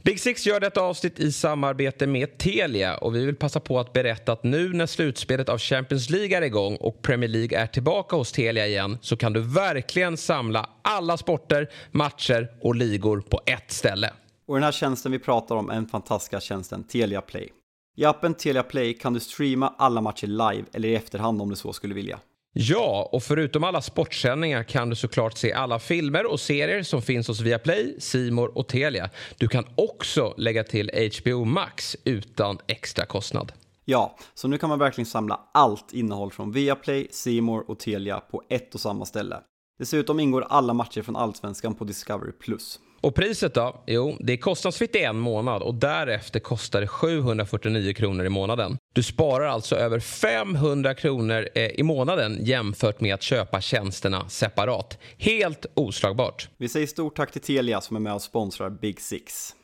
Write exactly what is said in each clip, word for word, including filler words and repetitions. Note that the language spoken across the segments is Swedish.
Big Six gör detta avsnitt i samarbete med Telia och vi vill passa på att berätta att nu när slutspelet av Champions League är igång och Premier League är tillbaka hos Telia igen så kan du verkligen samla alla sporter, matcher och ligor på ett ställe. Och den här tjänsten vi pratar om är den fantastiska tjänsten Telia Play. I appen Telia Play kan du streama alla matcher live eller i efterhand om du så skulle vilja. Ja, och förutom alla sportsändningar kan du såklart se alla filmer och serier som finns hos Viaplay, C More och Telia. Du kan också lägga till H B O Max utan extra kostnad. Ja, så nu kan man verkligen samla allt innehåll från Viaplay, C More och Telia på ett och samma ställe. Dessutom ingår alla matcher från Allsvenskan på Discovery Plus. Och priset då? Jo, det är kostnadsfritt i en månad och därefter kostar det sjuhundrafyrtionio kronor i månaden. Du sparar alltså över femhundra kronor i månaden jämfört med att köpa tjänsterna separat. Helt oslagbart. Vi säger stort tack till Telia som är med och sponsrar Big Six.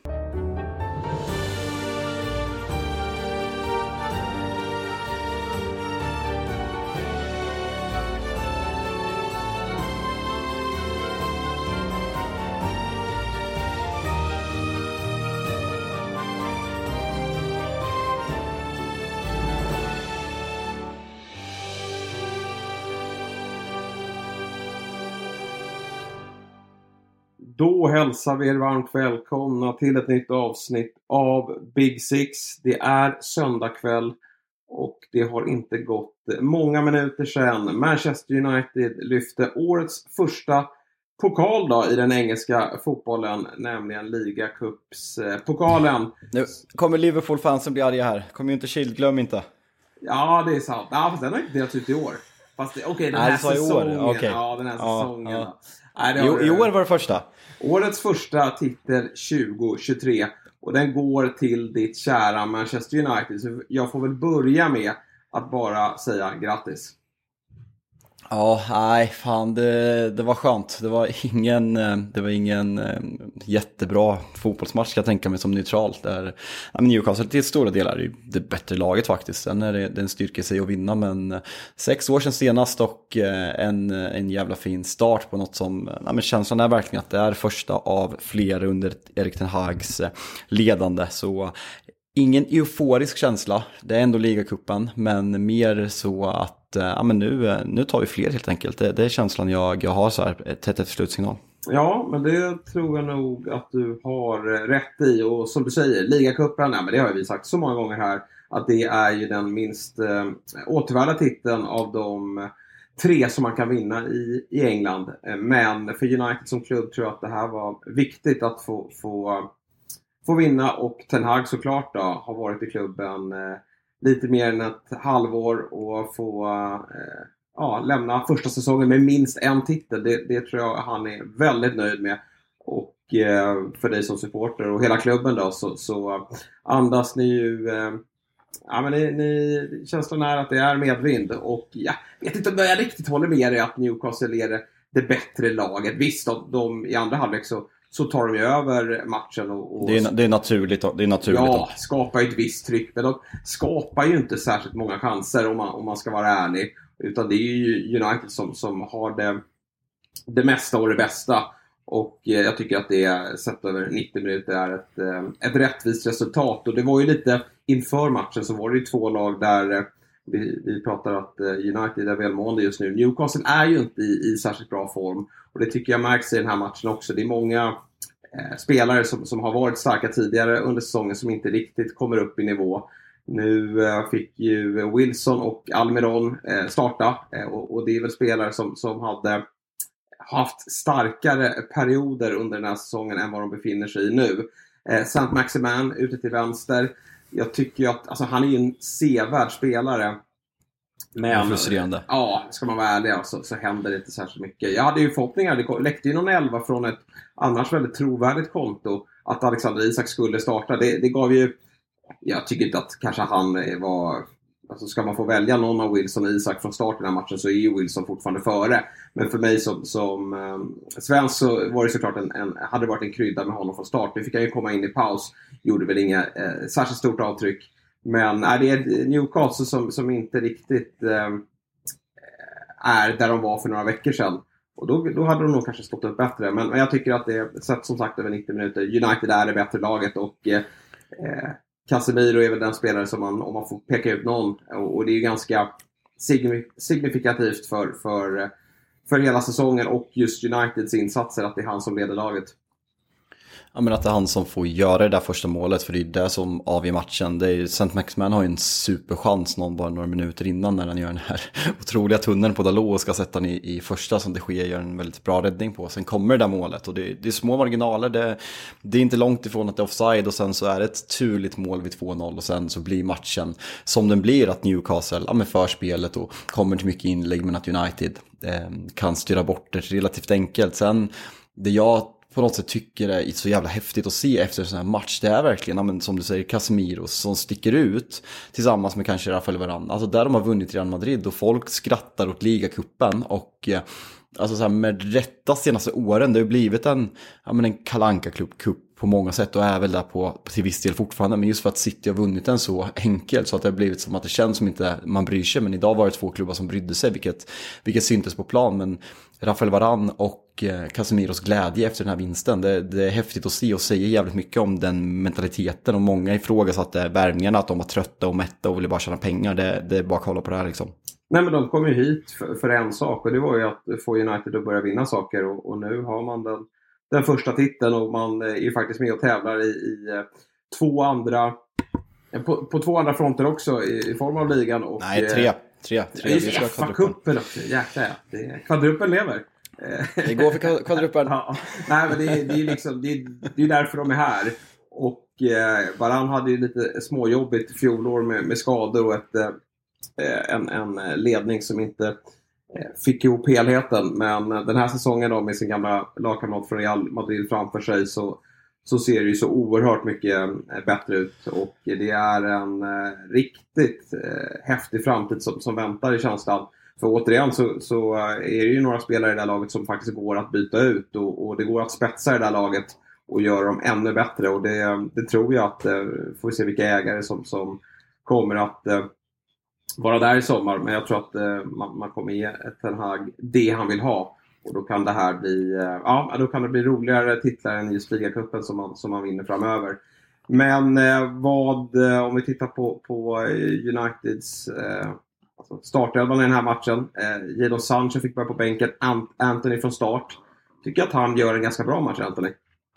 Då hälsar vi er varmt välkomna till ett nytt avsnitt av Big Six. Det är söndag kväll och det har inte gått många minuter sedan Manchester United lyfte årets första pokal då i den engelska fotbollen, nämligen Ligacupspokalen. Nu kommer Liverpool-fansen bli arga här. Kommer ju inte Shield, glöm inte. Ja, det är sant. Ja, fast den har inte delats ut i år. Fast okej, okay, den här Nej, säsongen. Okay. Ja, den här ja, säsongen. Ja. Nej, det jo, I år var det första. Årets första titel tjugo tjugotre. Och den går till ditt kära Manchester United. Så jag får väl börja med att bara säga grattis. Ja, nej fan, det, det var skönt. Det var ingen, det var ingen jättebra fotbollsmatch, ska jag tänka mig, som neutralt. Där, ja, Newcastle till stora delar är det bättre laget faktiskt. Sen är det, det en styrka i sig att vinna, men sex år sedan senast och en, en jävla fin start på något som, ja, men känslan är verkligen att det är första av flera under Erik ten Hags ledande. Så ingen euforisk känsla, det är ändå ligacupen, men mer så att ja, men nu, nu tar vi fler helt enkelt. Det, det är känslan jag, jag har så här tätt efter slutsignal. Ja, men det tror jag nog att du har rätt i. Och som du säger, ligacupen, ja, men det har vi sagt så många gånger här, att det är ju den minst äh, återvärda titeln av de tre som man kan vinna i, i England. Men för United som klubb tror jag att det här var viktigt att få, få, få vinna. Och Ten Hag såklart då har varit i klubben äh, lite mer än ett halvår och få äh, ja, lämna första säsongen med minst en titel. Det, det tror jag han är väldigt nöjd med. Och eh, för dig som supporter och hela klubben då så, så andas ni ju eh, ja, men ni, ni, känslan är att det är medvind. Och ja, jag vet inte om jag riktigt håller med dig att Newcastle är det, det bättre laget. Visst, de, de i andra halvlek så, så tar de ju över matchen. Och, och det, är, det är naturligt. Det är naturligt ja, skapar ju ett visst tryck. Men de skapar ju inte särskilt många chanser om man, om man ska vara ärlig. Utan det är ju United som, som har det, det mesta och det bästa. Och eh, jag tycker att det sett över nittio minuter är ett, eh, ett rättvist resultat. Och det var ju lite inför matchen så var det ju två lag där eh, vi, vi pratar att eh, United är välmående just nu. Newcastle är ju inte i, i särskilt bra form. Och det tycker jag märks i den här matchen också. Det är många eh, spelare som, som har varit starka tidigare under säsongen som inte riktigt kommer upp i nivå. Nu eh, fick ju Wilson och Almiron eh, starta eh, och, och det är väl spelare som, som hade haft starkare perioder under den här säsongen än vad de befinner sig i nu. Eh, Saint Maximin ute till vänster. Jag tycker ju att alltså, han är ju en sevärd spelare. Men frustrerande. Ja, ska man vara ärlig så, så händer det inte särskilt mycket. Jag hade ju förhoppningar, det läckte ju någon elva från ett annars väldigt trovärdigt konto att Alexander Isak skulle starta. Det, det gav ju, jag tycker inte att kanske han var, alltså ska man få välja någon av Wilson och Isak från starten av matchen så är ju Wilson fortfarande före. Men för mig som, som eh, svensk så var det såklart en, en, hade det varit en krydda med honom från start. Nu fick han ju komma in i paus, gjorde väl inga eh, särskilt stort avtryck. Men är det är Newcastle som, som inte riktigt eh, är där de var för några veckor sedan. Och då, då hade de nog kanske stått upp bättre. Men, men jag tycker att det är, sett som sagt över nittio minuter, United är det bättre laget. Och eh, Casemiro är väl den spelare som man, om man får peka ut någon. Och, och det är ju ganska signifikativt för, för, för hela säsongen och just Uniteds insatser att det är han som leder laget. Ja, men att det är han som får göra det där första målet, för det är det som avgör matchen. Det är, Saint Maximin har ju en superchans någon bara några minuter innan när han gör den här otroliga tunneln på Dalot och ska sätta den i, i första som det sker, gör en väldigt bra räddning på. Sen kommer det där målet och det, det är små marginaler, det, det är inte långt ifrån att det är offside och sen så är det ett turligt mål vid två noll och sen så blir matchen som den blir, att Newcastle, ja, med förspelet och kommer till mycket inlägg, men att United eh, kan styra bort det relativt enkelt. Sen det jag på något sätt tycker det är så jävla häftigt att se efter en sån här match, det är verkligen, ja, men som du säger, Casemiro som sticker ut tillsammans med kanske Rafael Varane, alltså där de har vunnit Real Madrid och folk skrattar åt ligacupen och eh, alltså så här, med rätta senaste åren det har blivit en, ja, men en Kalle Anka-cup på många sätt och är väl där på till viss del fortfarande, men just för att City har vunnit den så enkelt så att det har blivit som att det känns som inte man bryr sig, men idag var det två klubbar som brydde sig, vilket, vilket syntes på plan. Men Rafael Varane och eh, Casemiros glädje efter den här vinsten, det, det är häftigt att se och säger jävligt mycket om den mentaliteten, och många ifrågasatte värvningarna, att de var trötta och mätta och ville bara tjäna pengar. Det, det är bara att kolla på det här liksom. Nej, men de kom ju hit för, för en sak, och det var ju att få United att börja vinna saker, och, och nu har man den, den första titeln och man är ju faktiskt med och tävlar i, i två andra på, på två andra fronter också i, i form av ligan och nej, tre tre, tre. Just F A-cupen också, jäklar ja, det, kvadruppen lever. Det går för kvadruppen. Ja, nej, men det, det är ju liksom det, det är därför de är här. Och eh, Varane hade ju lite småjobbigt fjolår med, med skador och ett, eh, en, en ledning som inte eh, fick ihop helheten. Men den här säsongen då, med sin gamla lagkamrat från Real Madrid framför sig, så, så ser det ju så oerhört mycket eh, bättre ut. Och det är en eh, riktigt eh, häftig framtid som, som väntar i känslan. För återigen så, så är det ju några spelare i det här laget som faktiskt går att byta ut. Och, och det går att spetsa i det här laget och göra dem ännu bättre. Och det, det tror jag att, eh, får vi se vilka ägare som, som kommer att eh, vara där i sommar. Men jag tror att eh, man, man kommer ge Ten Hag det han vill ha. Och då kan det här bli, eh, ja, då kan det bli roligare titlar än i Liga-cupen som man, som man vinner framöver. Men eh, vad, eh, om vi tittar på, på Uniteds eh, alltså startelvan i den här matchen. Eh, Jadon Sancho fick börja på bänken, Ant- Anthony från start. Tycker att han gör en ganska bra match, Anthony.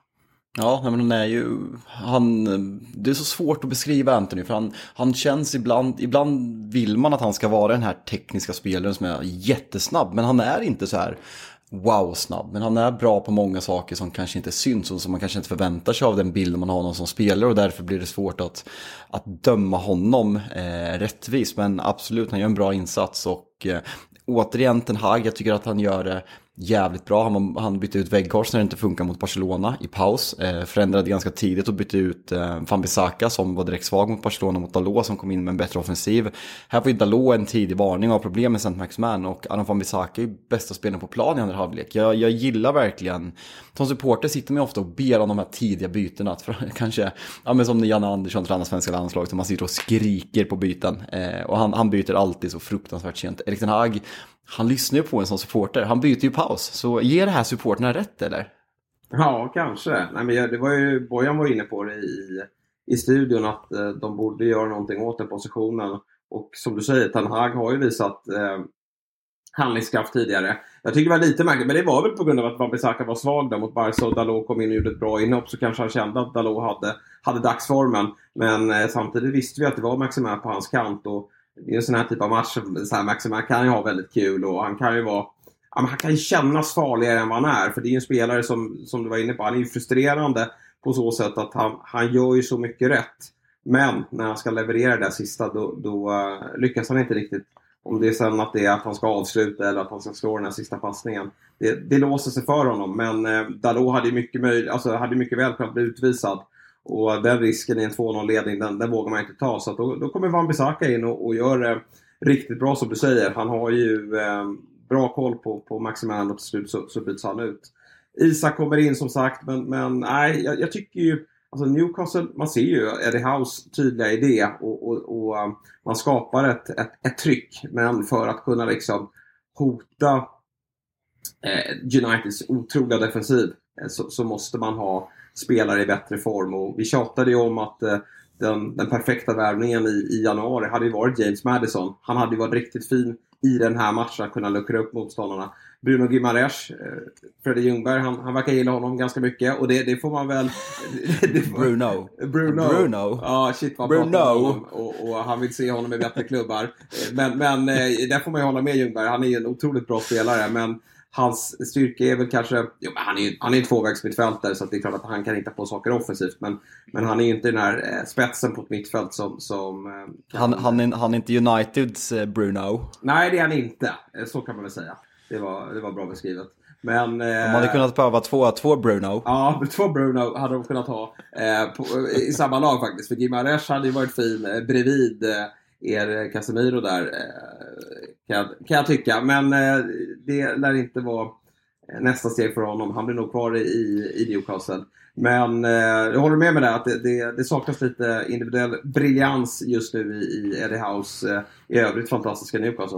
Ja, men han är ju, han, det är så svårt att beskriva Anthony, för han, han känns ibland, ibland vill man att han ska vara den här tekniska spelaren som är jättesnabb, men han är inte så här wow snabb, men han är bra på många saker som kanske inte syns och som man kanske inte förväntar sig av den bilden man har honom som spelare, och därför blir det svårt att, att döma honom eh, rättvis, men absolut, han gör en bra insats. Och eh, återigen Ten Hag, jag tycker att han gör det jävligt bra. Han, han bytte ut Weghorst när det inte funkar mot Barcelona i paus. Eh, förändrade ganska tidigt och bytte ut eh, Van Bissaka som var direkt svag mot Barcelona, mot Dalot som kom in med en bättre offensiv. Här får ju Dalot en tidig varning av problem med Saint Maximin, och Aaron Van Bissaka är ju bästa spelaren på plan i andra halvlek. Jag, jag gillar verkligen, som supporter sitter man ofta och ber om de här tidiga bytena. Att för, kanske, ja, men som när Janne Andersson tränar svenska landslaget, så man sitter och skriker på byten. Eh, och han, han byter alltid så fruktansvärt sent. Erik Ten Hag, han lyssnar ju på en sån supporter. Han byter ju paus. Så ger det här supporterna rätt, eller? Ja, kanske. Nej, men det var ju, Bojan var inne på det i, i studion, att eh, de borde göra någonting åt den positionen. Och som du säger, Ten Hag har ju visat eh, handlingskraft tidigare. Jag tycker det var lite märkligt, men det var väl på grund av att Van Bissaka var svag där mot Barca och Dalot kom in och gjorde ett bra inhopp, så kanske han kände att Dalot hade, hade dagsformen. Men eh, samtidigt visste vi att det var Maximin på hans kant, och det är en sån här typ av match, så här, Maximin kan ju ha väldigt kul, och han kan ju vara, ja, men han kan ju kännas farligare än vad han är, för det är ju en spelare som, som du var inne på, han är ju frustrerande på så sätt att han, han gör ju så mycket rätt, men när han ska leverera det där sista, då, då uh, lyckas han inte riktigt. Om det är sen att det är att han ska avsluta eller att han ska slå den här sista passningen, det, det låser sig för honom. Men uh, Dalot hade ju mycket, möj- alltså, hade mycket väl kunnat bli utvisad. Och den risken i en två noll-ledning, den, den vågar man inte ta. Så att då, då kommer Van Bissaka in och, och gör det riktigt bra, som du säger. Han har ju eh, bra koll på, på Maximin, och till slut så, så byts han ut. Isak kommer in som sagt, men, men nej, jag, jag tycker ju, alltså Newcastle, man ser ju Eddie House tydliga idé, och, och, och um, man skapar ett, ett, ett tryck, men för att kunna liksom hota eh, Uniteds otroliga defensiv eh, så, så måste man ha spelare i bättre form. Och vi tjatade ju om att eh, den, den perfekta värvningen i, i januari hade ju varit James Maddison. Han hade ju varit riktigt fin i den här matchen att kunna luckra upp motståndarna. Bruno Guimaraes, eh, Fredrik Ljungberg, han, han verkar gilla honom ganska mycket. Och det, det får man väl... det får, Bruno. Bruno. Bruno. Ja, shit vad Bruno. pratar om honom. Och, och han vill se honom i bättre klubbar. Men, men eh, där får man ju hålla med Ljungberg. Han är ju en otroligt bra spelare. Men hans styrka är väl kanske... Jo, men han är ju han är en tvåvägsmittfältare, så att det är klart att han kan hitta på saker offensivt. Men, men han är ju inte den här eh, spetsen på ett mittfält som... som eh, kan... han, han, är, han är inte Uniteds eh, Bruno. Nej, det är han inte. Så kan man väl säga. Det var, det var bra beskrivet. Men, eh, de hade kunnat behöva två, två Bruno. Ja, två Bruno hade de kunnat ha eh, på, i samma lag faktiskt. För Guimaraes hade ju varit fin eh, bredvid eh, er Casemiro där, eh, kan, jag, kan jag tycka. Men eh, det lär inte vara nästa steg för honom. Han blir nog kvar i, i Newcastle. Men eh, jag håller med med det att det, det, det saknas lite individuell briljans just nu i, i Eddie House eh, i övrigt fantastiska Newcastle.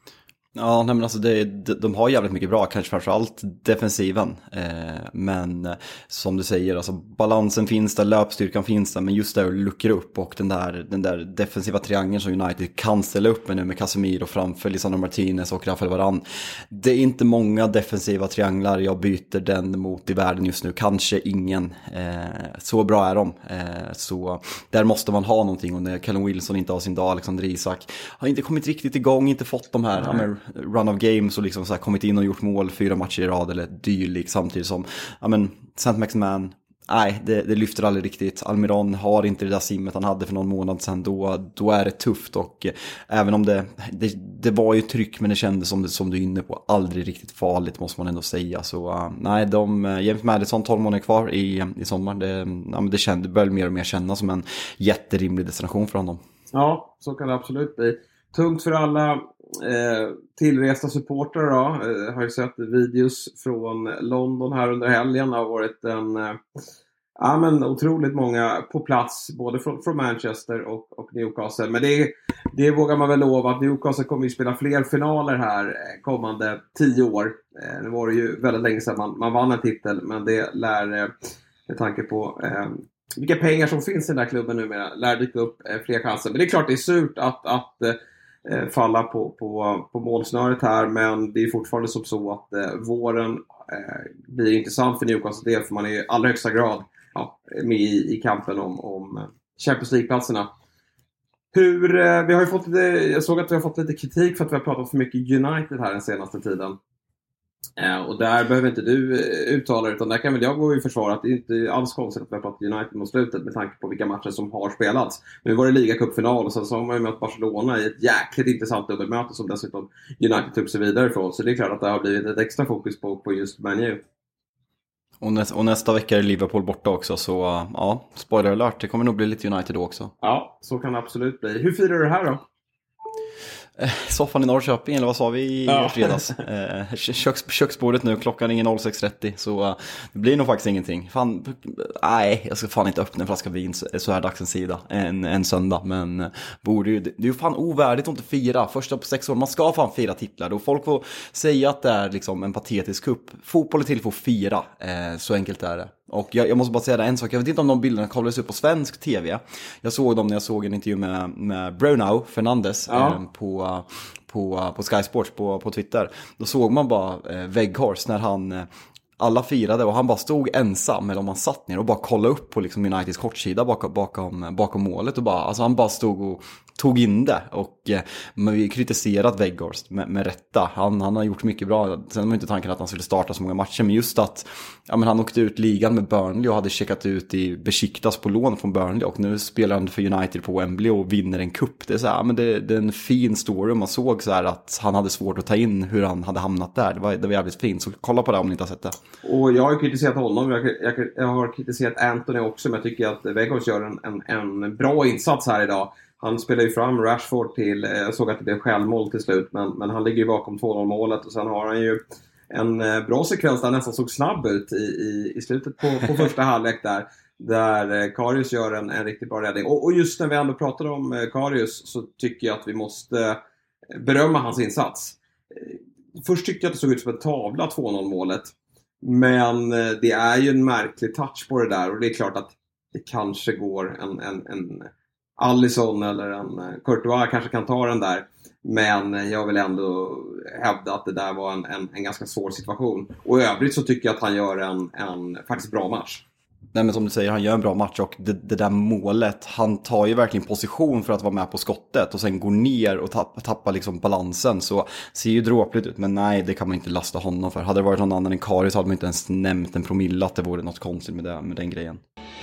Ja, nej, men alltså det, de, de har jävligt mycket bra, kanske framförallt defensiven. Eh, men eh, som du säger, alltså balansen finns där, löpstyrkan finns där, men just där att luckra upp och den där, den där defensiva triangeln som United kan ställa upp med nu med Casemiro framför Lisandro Martinez och Rafael Varane. Det är inte många defensiva trianglar jag byter den mot i världen just nu, kanske ingen. Eh, så bra är de. Eh, så där måste man ha någonting, och när Callum Wilson inte har sin dag, Alexander Isak har inte kommit riktigt igång, inte fått de här... Mm. run of games och liksom så här kommit in och gjort mål fyra matcher i rad eller dylik, samtidigt som ja men Saint Maximin, nej det, det lyfter aldrig riktigt. Almiron har inte det där simmet han hade för någon månad sedan, då, då är det tufft. Och eh, även om det, det det var ju tryck, men det kändes som, det, som du är inne på, aldrig riktigt farligt måste man ändå säga. Så uh, nej, de, uh, James Maddison tolv månader kvar i, i sommar, det, ja, men det kände väl mer och mer kännas som en jätterimlig destination för honom. Ja, så kan det absolut bli. Tungt för alla eh, tillresta supportrar då. Eh, har ju sett videos från London här under helgen. Det har varit en eh, ja, men otroligt många på plats, både från, från Manchester och, och Newcastle. Men det, det vågar man väl lova att Newcastle kommer ju spela fler finaler här eh, kommande tio år. Eh, det var ju väldigt länge sedan man, man vann en titel, men det lär eh, med tanke på eh, vilka pengar som finns i den här klubben numera, lär dyka upp eh, fler chanser. Men det är klart det är surt att, att eh, falla på, på, på målsnöret här, men det är fortfarande som så att eh, våren eh, blir intressant för Newcastle del, för man är i allra högsta grad ja, med i, i kampen om, om Champions League-platserna. Hur, eh, vi har ju fått lite, jag såg att vi har fått lite kritik för att vi har pratat för mycket United här den senaste tiden. Eh, och där behöver inte du eh, uttala det, utan där kan väl jag gå i försvar att det är inte alls konstigt att vi har pratat United mot slutet med tanke på vilka matcher som har spelats. Nu var det ligacupfinal och sen så har man ju mött Barcelona i ett jäkligt intressant dubbelmöte som dessutom United tog sig vidare ifrån. Så det är klart att det har blivit ett extra fokus på, på just Man U. Och, nä- och nästa vecka är Liverpool borta också, så ja, spoiler alert, det kommer nog bli lite United då också. Ja, så kan det absolut bli. Hur firar du det här då? Soffan i Norrköping, eller vad sa vi i ja. fredags? Eh, köks, köksbordet nu, klockan är noll sex trettio, så uh, det blir nog faktiskt ingenting. Fan, nej, jag ska fan inte öppna en flaska vin så, så här dags en sida, en, en söndag. Men uh, borde ju, det, det är ju fan ovärdigt att inte fira, första på sex år, man ska fan fira titlar. Och folk får säga att det är liksom en patetisk kupp. Fotboll är till för att fira, eh, så enkelt är det. Och jag, jag måste bara säga det en sak, jag vet inte om de bilderna kollades upp på svensk tv. Jag såg dem när jag såg en intervju med, med Bruno Fernandes ja. eh, på, på, på Sky Sports på, på Twitter. Då såg man bara eh, Weghorst när han... Eh, alla firade och han bara stod ensam, eller om han satt ner och bara kollade upp på liksom Uniteds kortsida bakom, bakom, bakom målet och bara, alltså han bara stod och tog in det. Och eh, men vi kritiserat Weghorst med, med rätta. Han, han har gjort mycket bra. Sen var inte tanken att han skulle starta så många matcher, men just att ja, men han åkte ut ligan med Burnley och hade checkat ut i Besiktas på lån från Burnley, och nu spelar han för United på Wembley och vinner en kupp. Det är så här, men det, det är en fin story. Man såg så här att han hade svårt att ta in hur han hade hamnat där. Det var, det var jävligt fint, så kolla på det om ni inte har sett det. Och jag har kritiserat honom, jag, jag, jag har kritiserat Anthony också, men jag tycker att Weghorst gör en, en, en bra insats här idag. Han spelar ju fram Rashford till, jag såg att det blev självmål till slut, men, men han ligger ju bakom två noll målet, och sen har han ju en bra sekvens där han nästan såg snabb ut i, i, i slutet på, på första halvlek där, där Karius gör en, en riktigt bra räddning. Och, och just när vi ändå pratar om Karius så tycker jag att vi måste berömma hans insats. först tyckte jag att det såg ut som en tavla, två noll målet. Men eh, det är ju en märklig touch på det där. Och det är klart att det kanske går en, en, en Alisson eller en Courtois kanske kan ta den där. Men jag vill ändå hävda att det där var en, en, en ganska svår situation. Och i övrigt så tycker jag att han gör en, en faktiskt bra match. Nej, men som du säger, han gör en bra match och det, det där målet, han tar ju verkligen position för att vara med på skottet och sen går ner och tappar, tappar liksom balansen, så ser ju dråpligt ut, men nej, det kan man inte lasta honom för. Hade det varit någon annan än Karius så hade man inte ens nämnt en promille att det vore något konstigt med, det, med den grejen.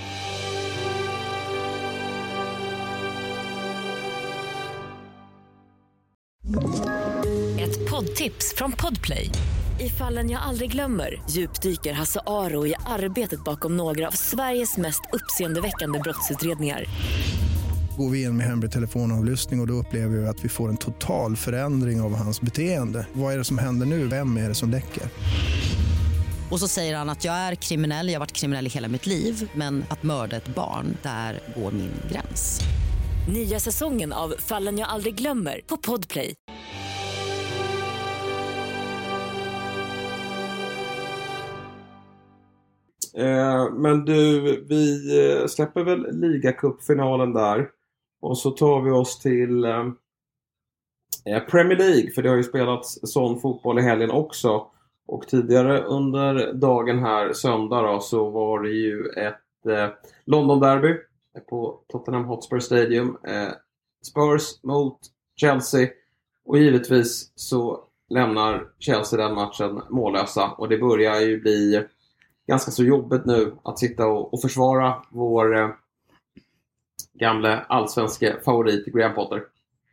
Ett poddtips från Podplay. I Fallen jag aldrig glömmer djupdyker Hasse Aro i arbetet bakom några av Sveriges mest uppseendeväckande brottsutredningar. Går vi in med hemlig telefonavlyssning och, och då upplever vi att vi får en total förändring av hans beteende. Vad är det som händer nu? Vem är det som läcker? Och så säger han att jag är kriminell, jag har varit kriminell i hela mitt liv, men att mörda ett barn, där går min gräns. Nya säsongen av Fallen jag aldrig glömmer på Podplay. Eh, men du, vi eh, släpper väl ligacupfinalen där. Och så tar vi oss till eh, Premier League. För det har ju spelats sån fotboll i helgen också. Och tidigare under dagen här, söndag då, så var det ju ett eh, London-derby på Tottenham Hotspur Stadium. Eh, Spurs mot Chelsea. Och givetvis så lämnar Chelsea den matchen mållösa. Och det börjar ju bli ganska så jobbigt nu att sitta och, och försvara vår eh, gamla allsvenska favorit Graham Potter.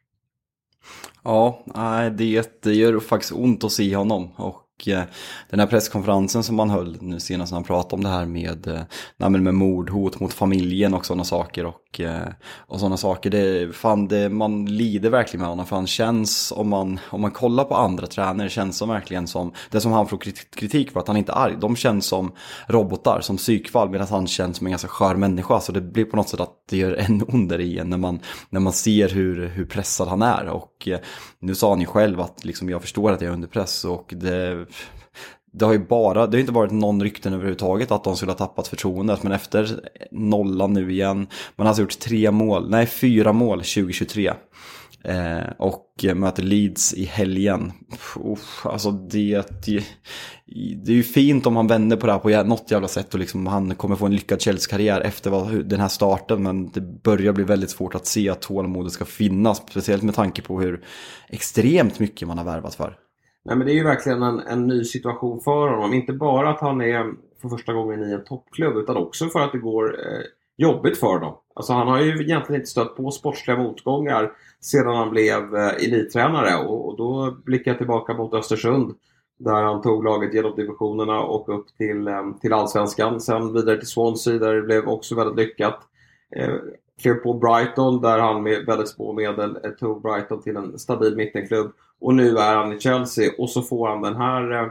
Ja, det, det gör faktiskt ont att se honom. Och den här presskonferensen som man höll nu senast när han pratade om det här med, nej, med mordhot mot familjen och sådana saker och, och sådana saker, det, fan, det, man lider verkligen med honom, för han känns, om man, om man kollar på andra tränare, känns som verkligen som, det som han får kritik för att han inte är arg, de känns som robotar, som psykfall, medan han känns som en ganska skör människa, så det blir på något sätt att det gör ännu ondare igen när man, när man ser hur, hur pressad han är. Och nu sa han ju själv att liksom, jag förstår att jag är under press, och det Det har ju bara, det har inte varit någon rykten överhuvudtaget att de skulle ha tappat förtroendet, men efter nollan nu igen, man har alltså gjort tre mål, nej fyra mål tjugohundratjugotre eh, och möter Leeds i helgen. Uff, alltså det, det, det är ju fint om han vänder på det här på något jävla sätt och liksom han kommer få en lyckad Chelsea-karriär efter vad, den här starten, men det börjar bli väldigt svårt att se att tålamodet ska finnas, speciellt med tanke på hur extremt mycket man har värvat för. Nej, men det är ju verkligen en, en ny situation för honom. Inte bara att han är för första gången i en toppklubb, utan också för att det går eh, jobbigt för honom. Alltså han har ju egentligen inte stött på sportsliga motgångar sedan han blev eh, elittränare. Och, och då blickar jag tillbaka mot Östersund, där han tog laget genom divisionerna och upp till, eh, till Allsvenskan. Sen vidare till Swansea, där det blev också väldigt lyckat. Eh, klev på Brighton, där han med väldigt små medel eh, tog Brighton till en stabil mittenklubb. Och nu är han i Chelsea och så får han den här eh,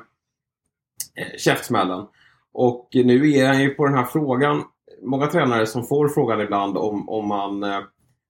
käftsmällen. Och nu är han ju på den här frågan. Många tränare som får frågan ibland om, om man... Eh,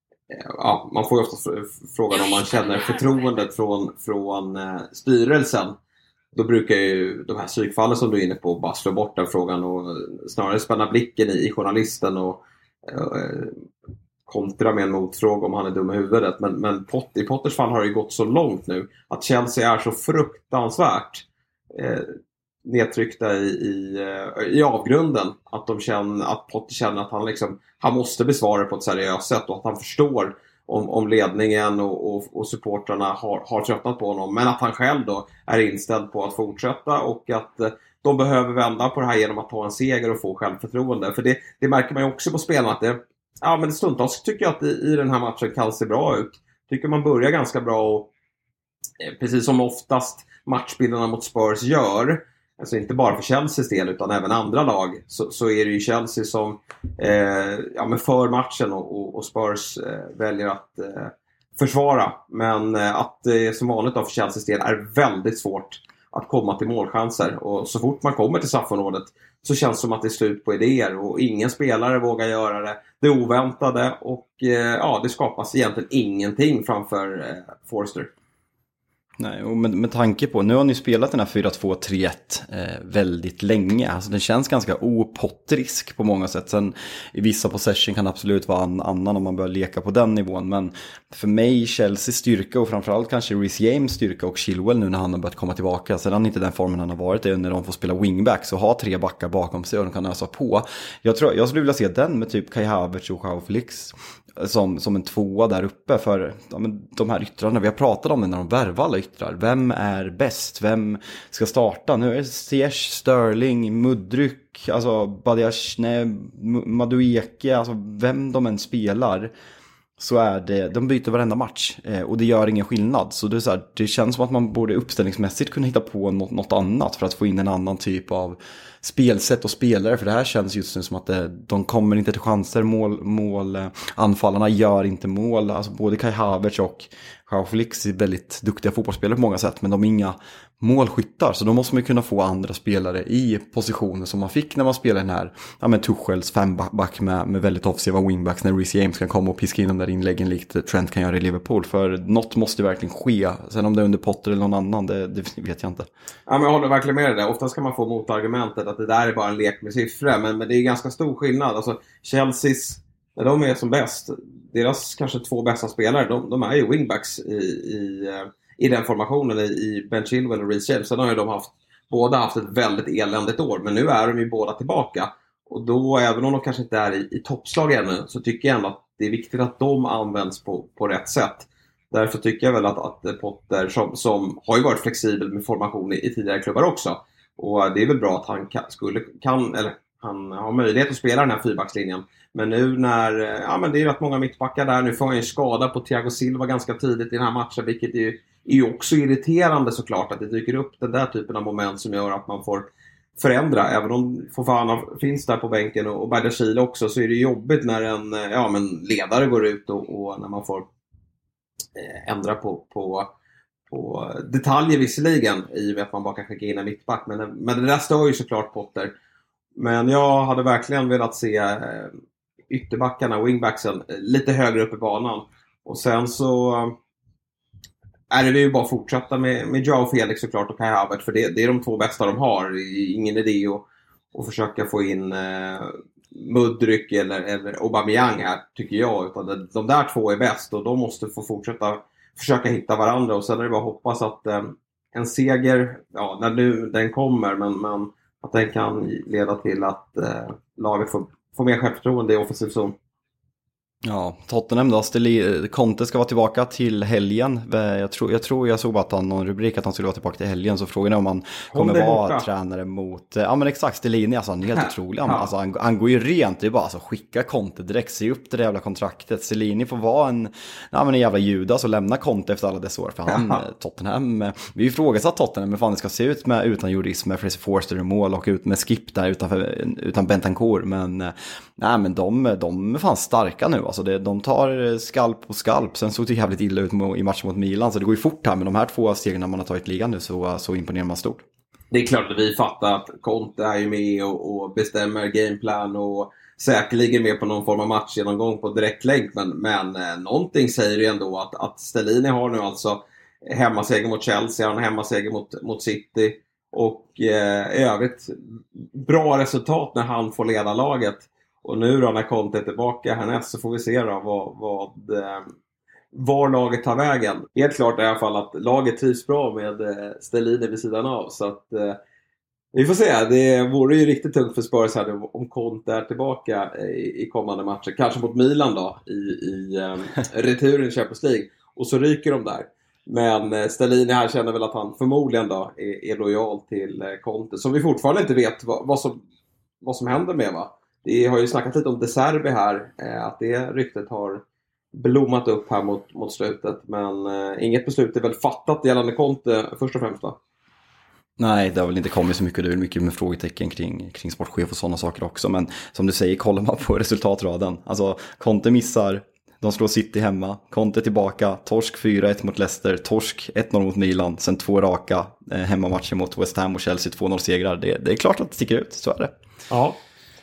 ja, man får ju ofta frågan om man känner förtroendet från, från eh, styrelsen. Då brukar ju de här psykfallen som du är inne på bara slå bort den frågan och snarare spänna blicken i, i journalisten och... Eh, kontra med en motfråga om han är dum i huvudet. Men, men Pot, i Potters fall har det ju gått så långt nu att Chelsea är så fruktansvärt eh, nedtryckta i, i, i avgrunden att de känner att Potter känner att han, liksom, han måste besvara på ett seriöst sätt, och att han förstår om, om ledningen och, och, och supportrarna har, har tröttnat på honom, men att han själv då är inställd på att fortsätta, och att eh, de behöver vända på det här genom att ta en seger och få självförtroende. För det, det märker man ju också på spelarna att det Ja, men stundtals tycker jag att i, i den här matchen kan se bra ut. Tycker man börjar ganska bra och eh, precis som oftast matchbilderna mot Spurs gör, alltså inte bara för Chelseas del utan även andra lag, så, så är det ju Chelsea som eh, ja, men för matchen och, och, och Spurs eh, väljer att eh, försvara. Men eh, att det eh, som vanligt då för Chelseas del är väldigt svårt att komma till målchanser, och så fort man kommer till straffområdet så känns det som att det är slut på idéer och ingen spelare vågar göra det. Det är oväntade och eh, ja, det skapas egentligen ingenting framför eh, Forster. Nej, och med, med tanke på, nu har ni spelat den här fyra två tre ett eh, väldigt länge. Alltså den känns ganska opottrisk på många sätt. Sen i vissa possession kan det absolut vara en annan om man börjar leka på den nivån. Men för mig, Chelsea styrka och framförallt kanske Reece James styrka och Chilwell nu när han har börjat komma tillbaka. Sedan inte den formen han har varit är när de får spela wingbacks och ha tre backar bakom sig och de kan ösa på. Jag, tror, jag skulle vilja se den med typ Kai Havertz och Joao Felix som, som en tvåa där uppe för ja, men de här yttrarna. Vi har pratat om det när de värvar alla yttrar. Vem är bäst? Vem ska starta? Nu är det Ziyech, Sterling, Mudryk, alltså Badiashile, Madueke, alltså vem de än spelar så är det, de byter varenda match eh, och det gör ingen skillnad. Så det, är så här, det känns som att man borde uppställningsmässigt kunna hitta på något, något annat för att få in en annan typ av spelsätt och spelare. För det här känns just nu som att det, de kommer inte till chanser. Mål, mål, eh, anfallarna gör inte mål. Alltså både Kai Havertz och Joao Felix är väldigt duktiga fotbollsspelare på många sätt. Men de är inga målskyttar. Så då måste man kunna få andra spelare i positioner som man fick när man spelade den här ja, men Tuchels femback med, med väldigt offensiva wingbacks. När Reece James kan komma och piska in de där inläggen likt Trent kan göra i Liverpool. För något måste verkligen ske. Sen om det är under Potter eller någon annan, det, det vet jag inte. Ja, men jag håller verkligen med det. Ofta ska man få motargumentet att det där är bara en lek med siffror. Men, men det är ganska stor skillnad. Alltså Chelseas, när de är som bäst, deras kanske två bästa spelare, de, de är ju wingbacks i, i, i den formationen i Ben Chilwell och Reece James. Sen har ju de haft, båda haft ett väldigt eländigt år, men nu är de ju båda tillbaka. Och då, även om de kanske inte är i, i toppslag ännu, så tycker jag ändå att det är viktigt att de används på, på rätt sätt. Därför tycker jag väl att, att Potter, som, som har ju varit flexibel med formation i, i tidigare klubbar också, och det är väl bra att han kan, skulle, kan, eller han har möjlighet att spela den här fyrbackslinjen. Men nu när, ja men det är rätt många mittbackar där, nu får han ju skada på Thiago Silva ganska tidigt i den här matchen, vilket är ju, är ju också irriterande såklart, att det dyker upp den där typen av moment som gör att man får förändra. Även om Fofana finns där på bänken och, och Badiashile också, så är det jobbigt när en ja, men ledare går ut och, och när man får eh, ändra på, på, på detaljer visserligen i att man bara kan skicka in en mittback. Men, men det där stör ju såklart Potter. Men jag hade verkligen velat se eh, ytterbackarna, wingbacksen, lite högre upp i banan. Och sen så är det ju bara att fortsätta med, med Joao Felix såklart och Kai Havertz. För det, det är de två bästa de har. Det är ingen idé att, att försöka få in eh, Mudryk eller, eller Aubameyang här, tycker jag. Utan det, de där två är bäst och de måste få fortsätta försöka hitta varandra. Och sen är det bara att hoppas att eh, en seger, ja, när nu den kommer, men, men att den kan leda till att eh, laget får, får mer självförtroende i offensiv zon. Ja, Tottenham då, Steli, Conte ska vara tillbaka till helgen. Jag tror jag, tror jag såg att han någon rubrik att han skulle vara tillbaka till helgen, så frågan är om han kommer vara borta. Tränare mot, ja men exakt, Stellini, alltså han är helt otrolig. Han, ja. alltså, han, han går ju rent, det är bara alltså, skicka Conte direkt, se upp det jävla kontraktet. Stellini får vara en, ja, men en jävla Judas och lämna Conte efter alla dessa år. För han, ja. Tottenham, vi har ifrågasatt Tottenham, men fan det ska se ut med utan Juris, med Fraser Forster i mål och ut med Skip där utanför, utan Bentancur. Men, nej, men de, de är fan starka nu. Alltså det, de tar skalp på skalp. Sen såg det jävligt illa ut i matchen mot Milan. Så det går ju fort här. Men de här två stegen när man har tagit ligan nu, så, så imponerar man stort. Det är klart att vi fattar att Conte är ju med och, och bestämmer gameplan. Och säkerligen med på någon form av matchgenomgång på direktlänk. Men, men eh, någonting säger ju ändå att, att Stellini har nu alltså hemmaseger mot Chelsea. Han har hemmaseger mot, mot City. Och eh, i övrigt bra resultat när han får leda laget. Och nu då när Conte är tillbaka härnäst, så får vi se då vad, vad, eh, var laget tar vägen. Helt klart i alla fall att laget trivs bra med eh, Stellini vid sidan av. Så att eh, vi får se. Det vore ju riktigt tungt för Spurs här om Conte är tillbaka i, i kommande matcher. Kanske mot Milan då i, i eh, returen i Champions League. Och så ryker de där. Men eh, Stellini här känner väl att han förmodligen då är, är lojal till eh, Conte. Som vi fortfarande inte vet vad, vad, som, vad som händer med, va? Det har ju snackat lite om De Serbi här, eh, att det ryktet har blommat upp här mot, mot slutet. Men eh, inget beslut är väl fattat gällande Conte först och främst då? Nej, det har väl inte kommit så mycket. Det är mycket med frågetecken kring, kring sportchef och sådana saker också. Men som du säger, kollar man på resultatraden. Alltså, Conte missar, de slår City hemma. Conte tillbaka, torsk fyra ett mot Leicester, torsk ett noll mot Milan. Sen två raka eh, hemmamatcher mot West Ham och Chelsea, två noll segrar. Det, det är klart att det sticker ut, så är det. Ja.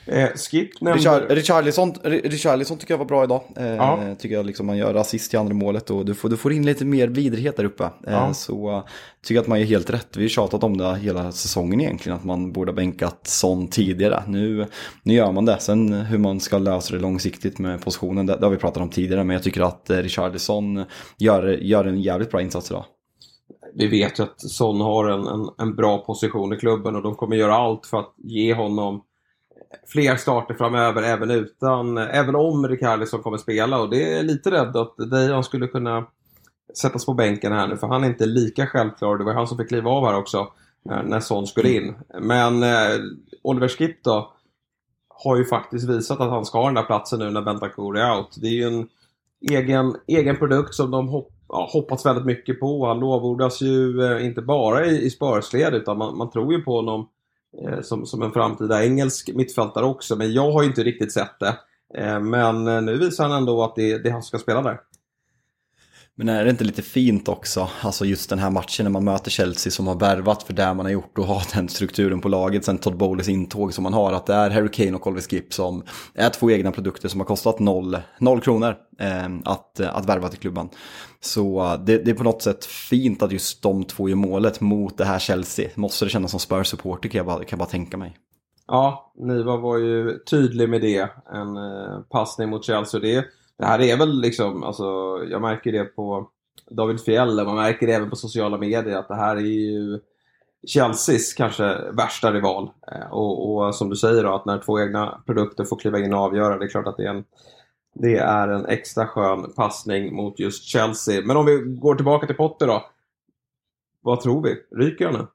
Eh, Skip nämnde... Richard, Richarlison, Richarlison tycker jag var bra idag. Eh, ja. Tycker jag liksom man gör assist i andra målet och du får, du får in lite mer vidrighet där uppe. Eh, ja. Så tycker jag att man är helt rätt. Vi har tjatat om det hela säsongen egentligen, att man borde ha bänkat Son tidigare. Nu, nu gör man det. Sen hur man ska lösa det långsiktigt med positionen, det, det har vi pratat om tidigare. Men jag tycker att Richarlison gör, gör en jävligt bra insats idag. Vi vet ju att Son har en, en, en bra position i klubben och de kommer göra allt för att ge honom fler starter framöver, även utan, även om Richarlison kommer spela. Och det är lite rädd att Dejan skulle kunna sättas på bänken här nu, för han är inte lika självklar. Det var han som fick kliva av här också när, när Son skulle in. Men eh, Oliver Skip då har ju faktiskt visat att han ska ha den där platsen nu när Bentancur är out. Det är ju en egen, egen produkt som de hopp, ja, hoppats väldigt mycket på. Han lovordas ju eh, inte bara i, i Spurs-led, utan man, man tror ju på honom eh, som, som en framtida engelsk mittfältare också. Men jag har ju inte riktigt sett det. Eh, men eh, nu visar han ändå att det, det han ska spela där. Men är det inte lite fint också, alltså just den här matchen när man möter Chelsea som har värvat för det man har gjort och har den strukturen på laget sen Todd Bowleys intåg som man har, att det är Harry Kane och Oliver Skip som är två egna produkter som har kostat noll, noll kronor eh, att, att värva till klubban. Så det, det är på något sätt fint att just de två gör målet mot det här Chelsea. Måste det kännas som Spurs-supporter, kan jag bara, kan jag bara tänka mig. Ja, Niva var ju tydlig med det. En eh, passning mot Chelsea. Det, det här är väl liksom, alltså, jag märker det på David Fjell, man märker det även på sociala medier, att det här är ju Chelseas kanske värsta rival. Eh, och, och som du säger då, att när två egna produkter får kliva in och avgöra, det är klart att det är en, det är en extra skön passning mot just Chelsea. Men om vi går tillbaka till Potter då, vad tror vi? Ryker han nu?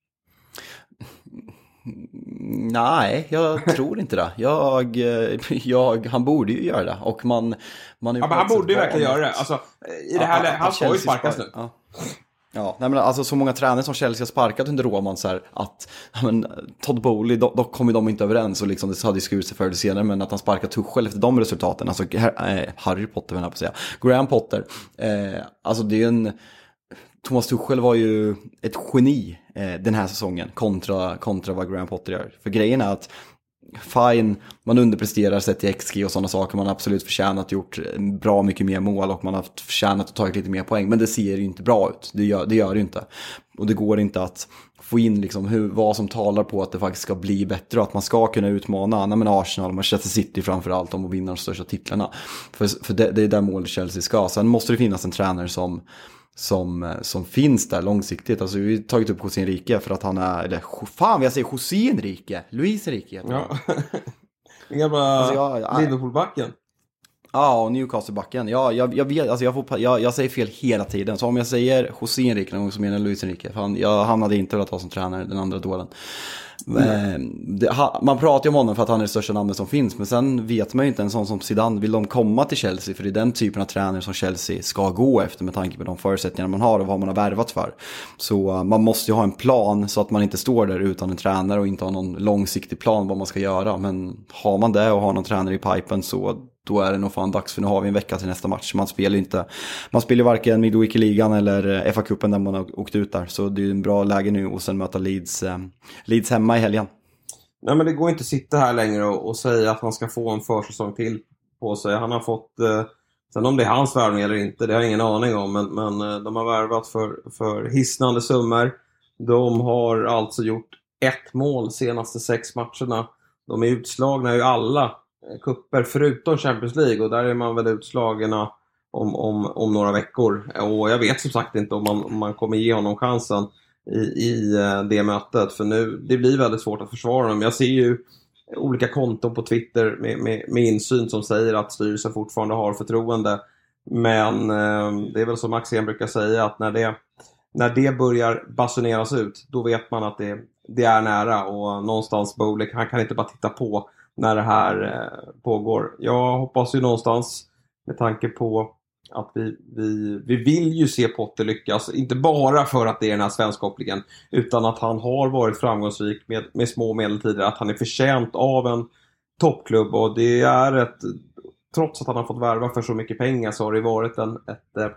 Nej, jag tror inte det. Jag, jag, han borde ju göra det. Och man, man ja, men han borde ju verkligen göra det. Alltså, i det här, ja, han ska ju sparkas nu. Ja. Ja, nej men alltså så många tränare som Chelsea har sparkat under Roman så här, att men, Todd Bowley, då, då kommer de inte överens och liksom det hade skurit sig förr eller senare, men att han sparkar Tuchel efter de resultaten, alltså eh, Harry Potter vill jag på säga, Graham Potter, eh, alltså det är en Thomas Tuchel var ju ett geni eh, den här säsongen kontra, kontra vad Graham Potter gör. För grejen är att fine, man underpresterar sett till X G och sådana saker. Man har absolut förtjänat gjort bra mycket mer mål och man har förtjänat att ta lite mer poäng. Men det ser ju inte bra ut. Det gör det, gör det inte. Och det går inte att få in liksom hur, vad som talar på att det faktiskt ska bli bättre och att man ska kunna utmana nej, men Arsenal och Manchester City framförallt om att vinna de största titlarna. För, för det, det är där målet Chelsea ska. Sen måste det finnas en tränare som Som, som finns där långsiktigt. Alltså vi har tagit upp José Enrique för att han är, eller fan jag säger José Enrique, Luis Enrique. Ja. Den gamla alltså, jag, Liverpool-backen. Ja, och Newcastle-backen. Ja, jag, jag, vet, alltså jag, får, jag, jag säger fel hela tiden. Så om jag säger José Enrique någon gång så menar jag Luis Enrique. För han, jag hamnade inte velat vara som tränare, den andra dålen. Mm. Det, man pratar ju om honom för att han är det största namnet som finns. Men sen vet man ju inte en sån som Zidane. Vill de komma till Chelsea? För det är den typen av tränare som Chelsea ska gå efter med tanke på de förutsättningar man har och vad man har värvat för. Så man måste ju ha en plan så att man inte står där utan en tränare och inte har någon långsiktig plan vad man ska göra. Men har man det och har någon tränare i pipen så då är det nog fan dags, för nu har vi en vecka till nästa match. Man spelar inte, man spelar varken Midweek-ligan eller F A-cupen där man har åkt ut där. Så det är en bra läge nu och sen möta Leeds, eh, Leeds hemma i helgen. Nej, men det går inte att sitta här längre och, och säga att han ska få en försäsong till på sig. Han har fått, eh, sen om det är hans värvning eller inte, det har jag ingen aning om. Men, men eh, de har värvat för, för hisnande summor. De har alltså gjort ett mål senaste sex matcherna. De är utslagna i alla kupper förutom Champions League, och där är man väl utslagna om, om, om några veckor. Och jag vet som sagt inte om man, om man kommer ge honom chansen i, i det mötet, för nu det blir väldigt svårt att försvara dem. Jag ser ju olika konton på Twitter med, med, med insyn som säger att styrelsen fortfarande har förtroende, men eh, det är väl som Maxén brukar säga, att när det, när det börjar basuneras ut, då vet man att det, det är nära, och någonstans Bowley, han kan inte bara titta på när det här eh, pågår. Jag hoppas ju någonstans, med tanke på att vi, vi, vi vill ju se Potter lyckas, inte bara för att det är den här svenskkopplingen, utan att han har varit framgångsrik med, med små medel tidigare, att han är förtjänt av en toppklubb, och det är ett, trots att han har fått värva för så mycket pengar, så har det varit en, ett,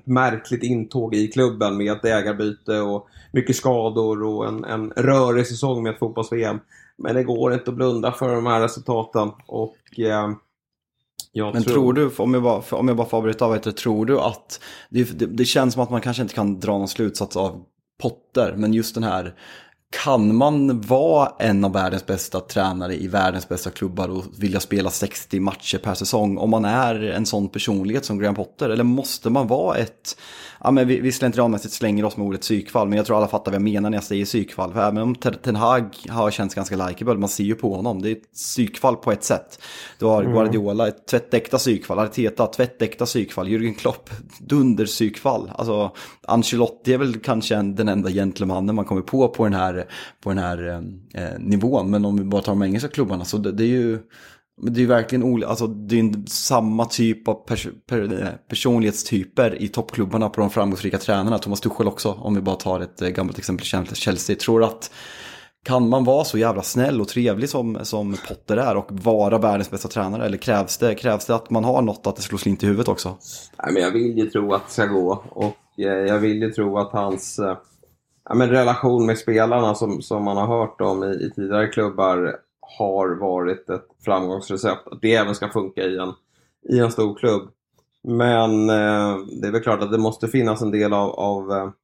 ett märkligt intåg i klubben med ett ägarbyte och mycket skador och en, en rörig säsong med ett fotbolls-V M. Men det går inte att blunda för de här resultaten. Och eh, jag Men tror... tror du, om jag bara, om jag bara får avbryta, vet du, tror du att det, det, det känns som att man kanske inte kan dra någon slutsats av Potter, men just den här, kan man vara en av världens bästa tränare i världens bästa klubbar och vilja spela sextio matcher per säsong om man är en sån personlighet som Graham Potter? Eller måste man vara ett, ja men vi, vi slentrianmässigt slänger oss med ordet psykfall, men jag tror alla fattar vad jag menar när jag säger psykfall. För även om Ten Hag har känts ganska likeable, man ser ju på honom, det är ett psykfall på ett sätt. Du har mm. Guardiola, ett tvättäkta psykfall, Arteta, tvättäkta psykfall, Jürgen Klopp, dunder psykfall. Alltså Ancelotti är väl kanske den enda gentlemannen man kommer på på den här på den här eh, nivån, men om vi bara tar de engelska klubbarna så det, det är ju det är ju verkligen olika, alltså det är samma typ av pers- per- personlighetstyper i toppklubbarna på de framgångsrika tränarna. Thomas Tuchel också, om vi bara tar ett eh, gammalt exempel, Chelsea. Tror att kan man vara så jävla snäll och trevlig som, som Potter är och vara världens bästa tränare, eller krävs det, krävs det att man har något att det slår slint i huvudet också? Nej, men jag vill ju tro att det ska gå, och eh, jag vill ju tro att hans eh, ja, men relation med spelarna som, som man har hört om i, i tidigare klubbar har varit ett framgångsrecept. Att det även ska funka i en, i en stor klubb. Men eh, det är väl klart att det måste finnas en del av, av eh,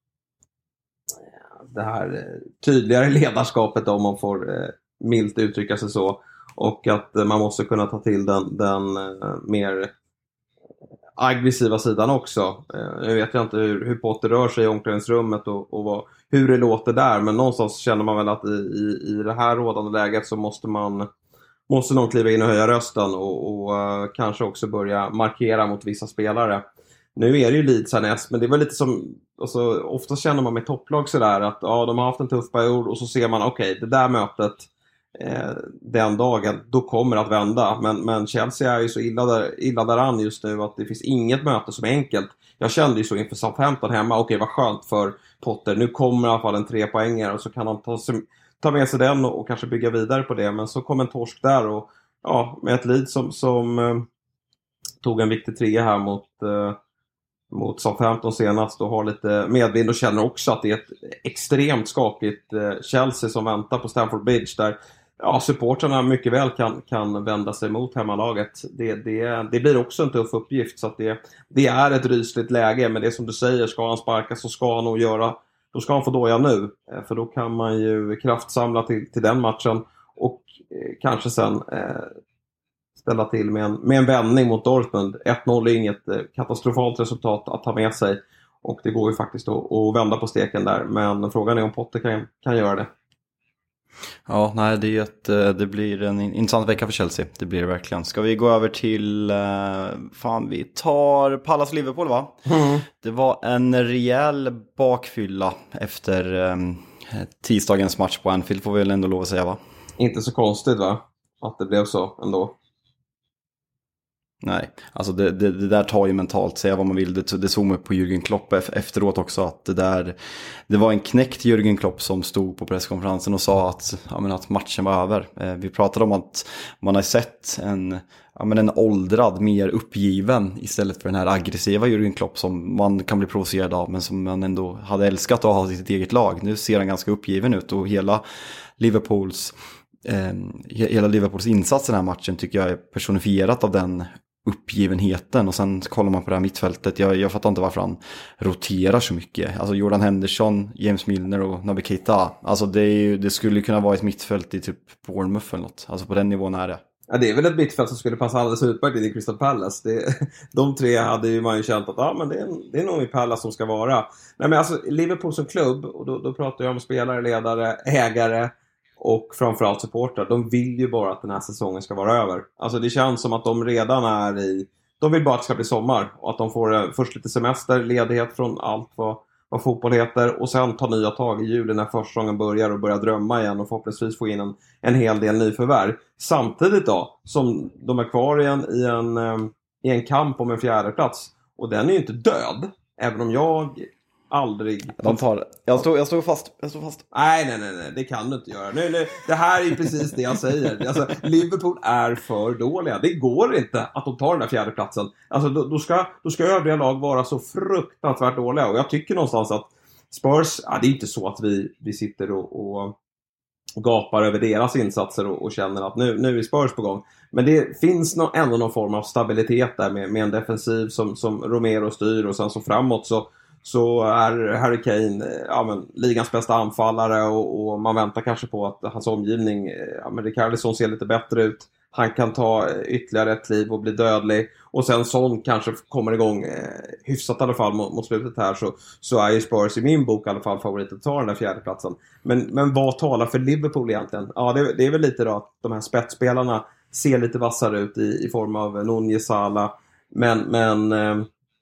det här tydligare ledarskapet, om man får eh, milt uttrycka sig så. Och att eh, man måste kunna ta till den, den eh, mer aggressiva sidan också. Jag vet ju inte hur, hur Potter rör sig i omklädningsrummet och, och vad, hur det låter där, men någonstans känner man väl att i, i, i det här rådande läget så måste man måste någon kliva in och höja rösten och, och uh, kanske också börja markera mot vissa spelare. Nu är det ju Leeds härnäst, men det är väl lite som, alltså, ofta känner man med topplag sådär att ja, de har haft en tuff period och så ser man okej, okay, det där mötet Eh, den dagen, då kommer att vända. Men, men Chelsea är ju så illa, där, illa däran just nu att det finns inget möte som är enkelt. Jag kände ju så inför Southampton hemma, okej, vad skönt för Potter, nu kommer i alla fall en tre poängare och så kan han ta, ta med sig den och, och kanske bygga vidare på det. Men så kom en torsk där och ja, med ett lead som, som eh, tog en viktig trea här mot eh, mot Southampton senast och har lite medvind och känner också att det är ett extremt skakigt eh, Chelsea som väntar på Stamford Bridge, där ja, supporterna mycket väl kan, kan vända sig mot hemmalaget. Det, det, det blir också en tuff uppgift, så att det, det är ett rysligt läge, men det som du säger, ska han sparka så ska han nog göra, då ska han få doja nu, eh, för då kan man ju kraftsamla till, till den matchen och eh, kanske sen eh, ställa till med en, med en vändning mot Dortmund. ett noll är inget eh, katastrofalt resultat att ta med sig, och det går ju faktiskt att, att vända på steken där, men frågan är om Potter kan, kan göra det. Ja, nej, det, är ett, det blir en intressant vecka för Chelsea. Det blir det verkligen. Ska vi gå över till, fan, vi tar Palace Liverpool, va? Mm. Det var en rejäl bakfylla efter um, tisdagens match på Anfield, får vi väl ändå lov att säga, va? Inte så konstigt, va? Att det blev så ändå. Nej, alltså det, det, det där tar ju mentalt, säga vad man vill. Det, det såg man på Jürgen Klopp efteråt också, att det där, det var en knäckt Jürgen Klopp som stod på presskonferensen och sa att, ja, men att matchen var över. Eh, vi pratade om att man har sett en, ja, men en åldrad, mer uppgiven istället för den här aggressiva Jürgen Klopp som man kan bli provocerad av, men som man ändå hade älskat att ha i sitt eget lag. Nu ser han ganska uppgiven ut, och hela Liverpools eh, hela Liverpools insats i den här matchen tycker jag är personifierat av den uppgivenheten. Och sen kollar man på det här mittfältet, jag, jag fattar inte varför han roterar så mycket. Alltså Jordan Henderson, James Milner och Naby Keita, alltså det, är ju, det skulle kunna vara ett mittfält i typ Bournemouth eller något. Alltså på den nivån är det. Ja, det är väl ett mittfält som skulle passa alldeles utmärkt i Crystal Palace. Det, de tre hade ju man ju känt att ja, men det, är, det är nog i Palace som ska vara. Nej, men alltså Liverpool som klubb, och då, då pratar jag om spelare, ledare, ägare och framförallt supportrar. De vill ju bara att den här säsongen ska vara över. Alltså det känns som att de redan är i... De vill bara att det ska bli sommar. Och att de får först lite semester, ledighet från allt vad, vad fotboll heter. Och sen ta nya tag i juli när försäsongen börjar och börja drömma igen. Och förhoppningsvis få in en, en hel del nyförvärv. Samtidigt då, som de är kvar igen i en, i en kamp om en fjärde plats. Och den är ju inte död. Även om jag Aldrig. De tar, jag, står, jag står fast. Jag står fast. Nej, nej, nej, nej, det kan du inte göra. Nu, nu, det här är ju precis det jag säger. Alltså, Liverpool är för dåliga. Det går inte att de tar den där fjärde platsen. Alltså, då, då, ska, då ska övriga lag vara så fruktansvärt dåliga. Och jag tycker någonstans att Spurs, ja, det är inte så att vi, vi sitter och, och gapar över deras insatser och, och känner att nu, nu är Spurs på gång. Men det finns no, ändå någon form av stabilitet där med, med en defensiv som, som Romero styr, och sen så framåt så så är Harry Kane ja, men, ligans bästa anfallare, och, och man väntar kanske på att hans omgivning, ja, men Richarlison ser lite bättre ut. Han kan ta ytterligare ett kliv och bli dödlig. Och sen Son kanske kommer igång eh, hyfsat i alla fall mot, mot slutet här, så, så är ju Spurs i min bok i alla fall favorit att ta den där fjärde platsen. Men, men vad talar för Liverpool egentligen? Ja, det, det är väl lite då att de här spetsspelarna ser lite vassare ut i, i form av Nunez, Salah. Men, men eh,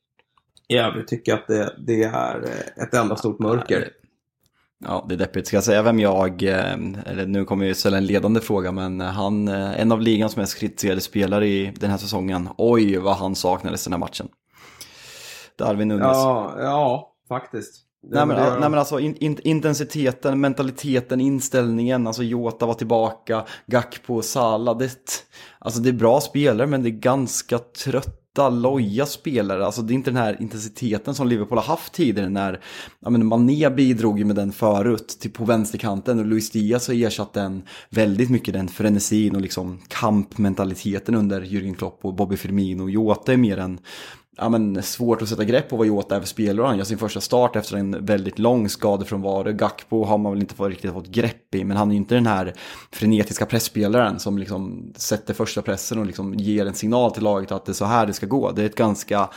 jag tycker att det, det är ett enda stort mörker. Ja, det är deppigt. Ska jag säga vem jag, eller nu kommer jag ställa en ledande fråga, men han, en av ligans mest kritiserade spelare i den här säsongen. Oj, vad han saknades den här matchen. Darwin Nunez. Ja, ja, faktiskt. Nej men, nej men alltså in, in, intensiteten, mentaliteten, inställningen, alltså Jota var tillbaka, Gakpo, Salah, det, alltså det är bra spelare, men det är ganska trött. Loja spelare, alltså det är inte den här intensiteten som Liverpool har haft tidigare, när ja, men Mané bidrog ju med den förut till på vänsterkanten, och Luis Diaz har ersatt den väldigt mycket, den frenesin och liksom kampmentaliteten under Jürgen Klopp och Bobby Firmino. Jota är mer en ja, men svårt att sätta grepp på vad Jota är för spelare. Han gör sin första start efter en väldigt lång skadefrånvaro. Gakpo har man väl inte fått riktigt fått grepp i, men han är ju inte den här frenetiska pressspelaren som liksom sätter första pressen och liksom ger en signal till laget att det är så här det ska gå. Det är ett ganska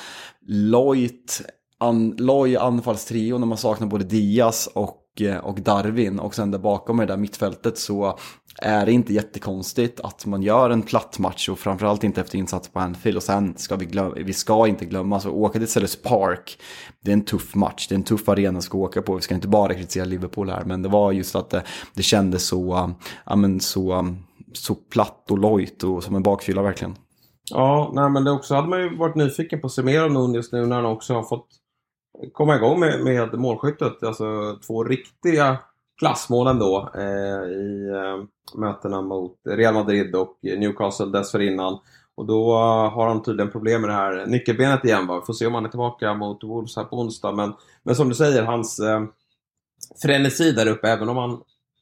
lojt an, loj anfallstrio när man saknar både Diaz och, och Darwin, och sen där bakom det där mittfältet så är det inte jättekonstigt att man gör en platt match, och framförallt inte efter insats på Anfield. Och sen ska vi glömma, vi ska inte glömma, så åka till Selhurst Park, det är en tuff match, det är en tuff arena att ska åka på. Vi ska inte bara kritisera Liverpool här, men det var just att det, det kändes så, ja, men så, så platt och lojt och som en bakfylla verkligen. Ja, nej, men det också hade man ju varit nyfiken på att se mer av Nunez nu när han också har fått komma igång med, med målskyttet. Alltså två riktiga klassmål ändå eh, i eh, mötena mot Real Madrid och Newcastle dessförinnan. Och då uh, har han tydligen problem med det här nyckelbenet igen. Va? Får se om han är tillbaka mot Wolves här på onsdag. Men, men som du säger, hans eh, frenesi där uppe, även om han eh,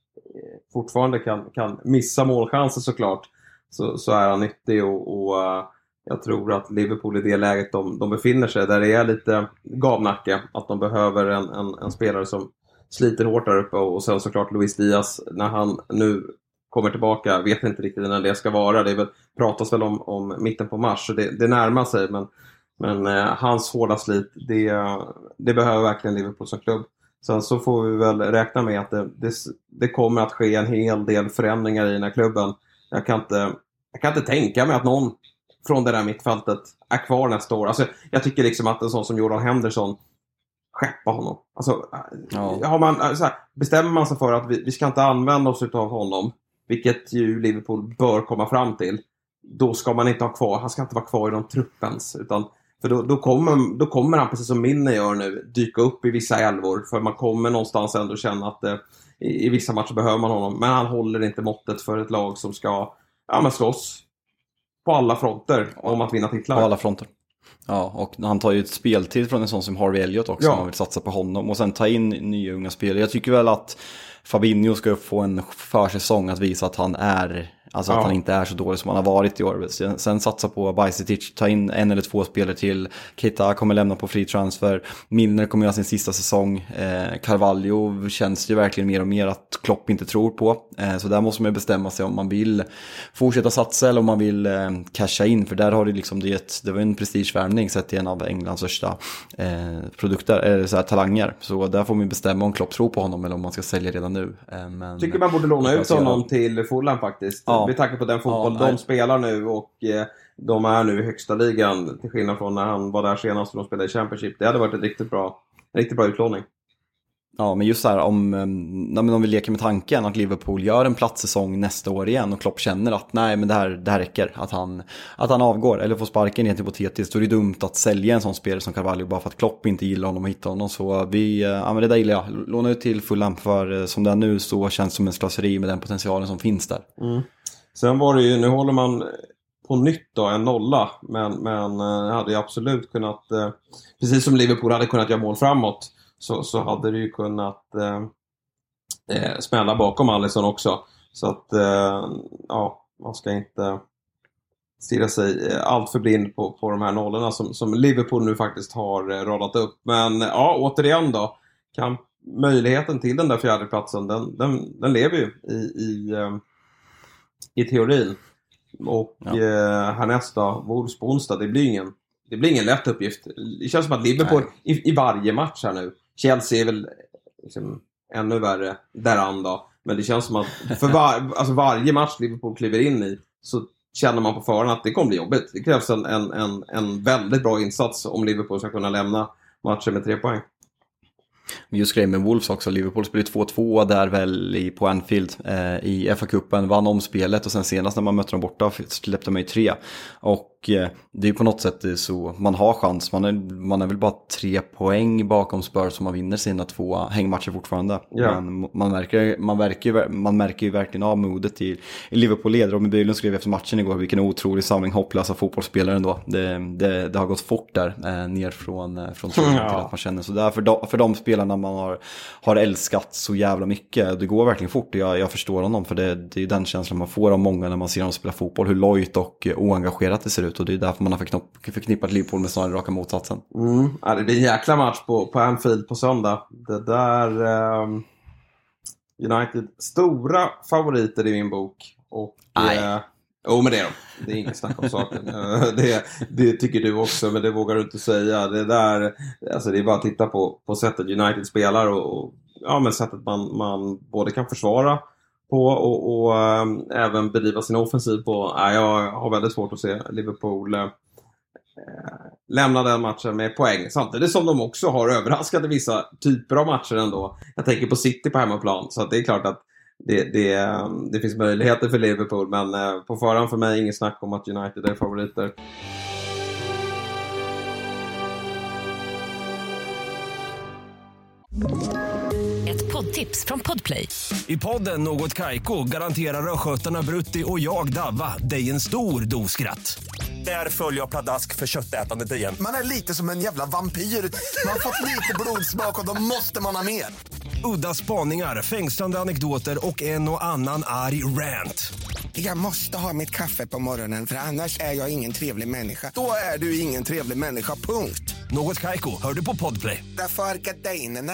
fortfarande kan, kan missa målchanser såklart, så, så är han nyttig. Och, och uh, jag tror att Liverpool i det läget de, de befinner sig, där det är lite gavnacke, att de behöver en, en, en spelare som sliter hårt där uppe. Och sen såklart Luis Diaz, när han nu kommer tillbaka, vet inte riktigt när det ska vara. Det är väl, pratas väl om, om mitten på mars, så det, det närmar sig. Men, men eh, hans hårda slit, det, det behöver verkligen Liverpool som klubb. Sen så får vi väl räkna med att det, det, det kommer att ske en hel del förändringar i den här klubben. Jag kan inte, jag kan inte tänka mig att någon från det där mittfältet är kvar nästa år. Alltså, jag tycker liksom att en sån som Jordan Henderson, skeppa honom. Alltså, ja. har man, så här, bestämmer man sig för att vi, vi ska inte använda oss av honom, vilket ju Liverpool bör komma fram till, då ska man inte ha kvar, han ska inte vara kvar i de truppens, utan för då, då, kommer, då kommer han, precis som Minne gör nu, dyka upp i vissa elvor, för man kommer någonstans ändå känna att eh, i, i vissa matcher behöver man honom, men han håller inte måttet för ett lag som ska ja, men slåss på alla fronter om att vinna titlar. På alla fronter. Ja, och han tar ju ett speltid från en sån som Harvey Elliott också, ja. Man vill satsa på honom och sen ta in nya unga spelare. Jag tycker väl att Fabinho ska få en försäsong att visa att han är, alltså ja. Att han inte är så dålig som han har varit i år. Sen satsa på Bajsetic, ta in en eller två spelare till. Keita kommer lämna på free transfer. Milner kommer göra sin sista säsong. Eh, Carvalho känns ju verkligen mer och mer att Klopp inte tror på. Eh, så där måste man bestämma sig om man vill fortsätta satsa eller om man vill eh, casha in. För där har det liksom det, det var en prestigevärvning sett till en av Englands största eh, produkter, eller så här, talanger. Så där får man bestämma om Klopp tror på honom eller om man ska sälja redan nu. Eh, men, tycker man borde låna ut honom till Fulham faktiskt. Ja. Vi tackar på den fotboll ja, de spelar nu och eh, de är nu i högsta ligan till skillnad från när han var där senast och de spelade i Championship. Det hade varit en riktigt bra, en riktigt bra utlåning. Ja, men just så här om, om, om vi leker med tanken att Liverpool gör en platssäsong nästa år igen och Klopp känner att nej, men det här, det här räcker, att han, att han avgår eller får sparken rent hypotetiskt, då är det dumt att sälja en sån spelare som Carvalho bara för att Klopp inte gillar honom och hittar honom. Så vi, ja men det där gillar jag, låna ut till Fulham, för som det är nu så känns det som en slöseri med den potentialen som finns där. Mm. Sen var det ju, nu håller man på nytt då en nolla, men, men hade ju absolut kunnat, precis som Liverpool hade kunnat göra mål framåt, Så, så hade det ju kunnat eh, smälla bakom Alisson också. Så att eh, ja, man ska inte stirra sig allt för blind på, på de här nollorna som, som Liverpool nu faktiskt har eh, radat upp. Men ja, återigen då, kan möjligheten till den där fjärdeplatsen, den, den, den lever ju i, i, eh, i teorin. Och ja. eh, härnäst då, Wolves på onsdag, det blir ingen Det blir ingen lätt uppgift. Det känns som att Liverpool i, i varje match här nu. Chelsea är väl liksom ännu värre däran då. Men det känns som att för var, alltså varje match Liverpool kliver in i så känner man på förhand att det kommer bli jobbigt. Det krävs en, en, en, en väldigt bra insats om Liverpool ska kunna lämna matchen med tre poäng. Just grejen med Wolves också, Liverpool spelade två två där väl i, på Anfield eh, i F A-cupen, vann omspelet och sen senast när man mötte dem borta släppte man ju tre. Och eh, det är på något sätt så man har chans, man är, man är väl bara tre poäng bakom Spurs som man vinner sina två hängmatcher fortfarande. Ja. Men man märker, man, verkar, man märker ju verkligen av modet i, i Liverpool-ledare. Och med Bylund skrev efter matchen igår vilken otrolig samling hopplösa fotbollsspelare ändå. Det, det, det har gått fort där eh, ner från, eh, från truppen ja. till att man känner så där för, de, för de spelarna man har, har älskat så jävla mycket. Det går verkligen fort. Jag, jag förstår honom, för det, det är den känslan man får av många när man ser dem spela fotboll. Hur lojt och oengagerat det ser ut. Och det är därför man har förknopp, förknippat Liverpool med snarare raka motsatsen. Mm. Ja, det blir en jäkla match på, på Anfield på söndag. Det där um, United stora favoriter i min bok. Och eh, oh, men det är de. Det är inget snack om saken. det, det tycker du också, men det vågar du inte säga. Det där, alltså det är bara att titta på, på sättet United spelar och, och ja, men sättet man, man både kan försvara på och, och ähm, även bedriva sin offensiv på. Äh, jag har väldigt svårt att se Liverpool äh, lämna den matchen med poäng. Samtidigt som de också har överraskat i vissa typer av matcher ändå. Jag tänker på City på hemmaplan, så att det är klart att Det, det, det finns möjligheter för Liverpool, men eh, på förhand för mig ingen snack om att United är favoriter. Ett poddtips från Podplay. I podden Något Kaiko garanterar röskötarna Brutti och jag Davva dig en stor doskratt. Där följer jag pladask för köttätandet igen. Man är lite som en jävla vampyr. Man har fått lite blodsmak och då måste man ha mer. Udda spaningar, fängslande anekdoter och en och annan arg rant. Jag måste ha mitt kaffe på morgonen, för annars är jag ingen trevlig människa. Då är du ingen trevlig människa, punkt. Något Kaiko, hör du på Podplay. Därför är gardinerna.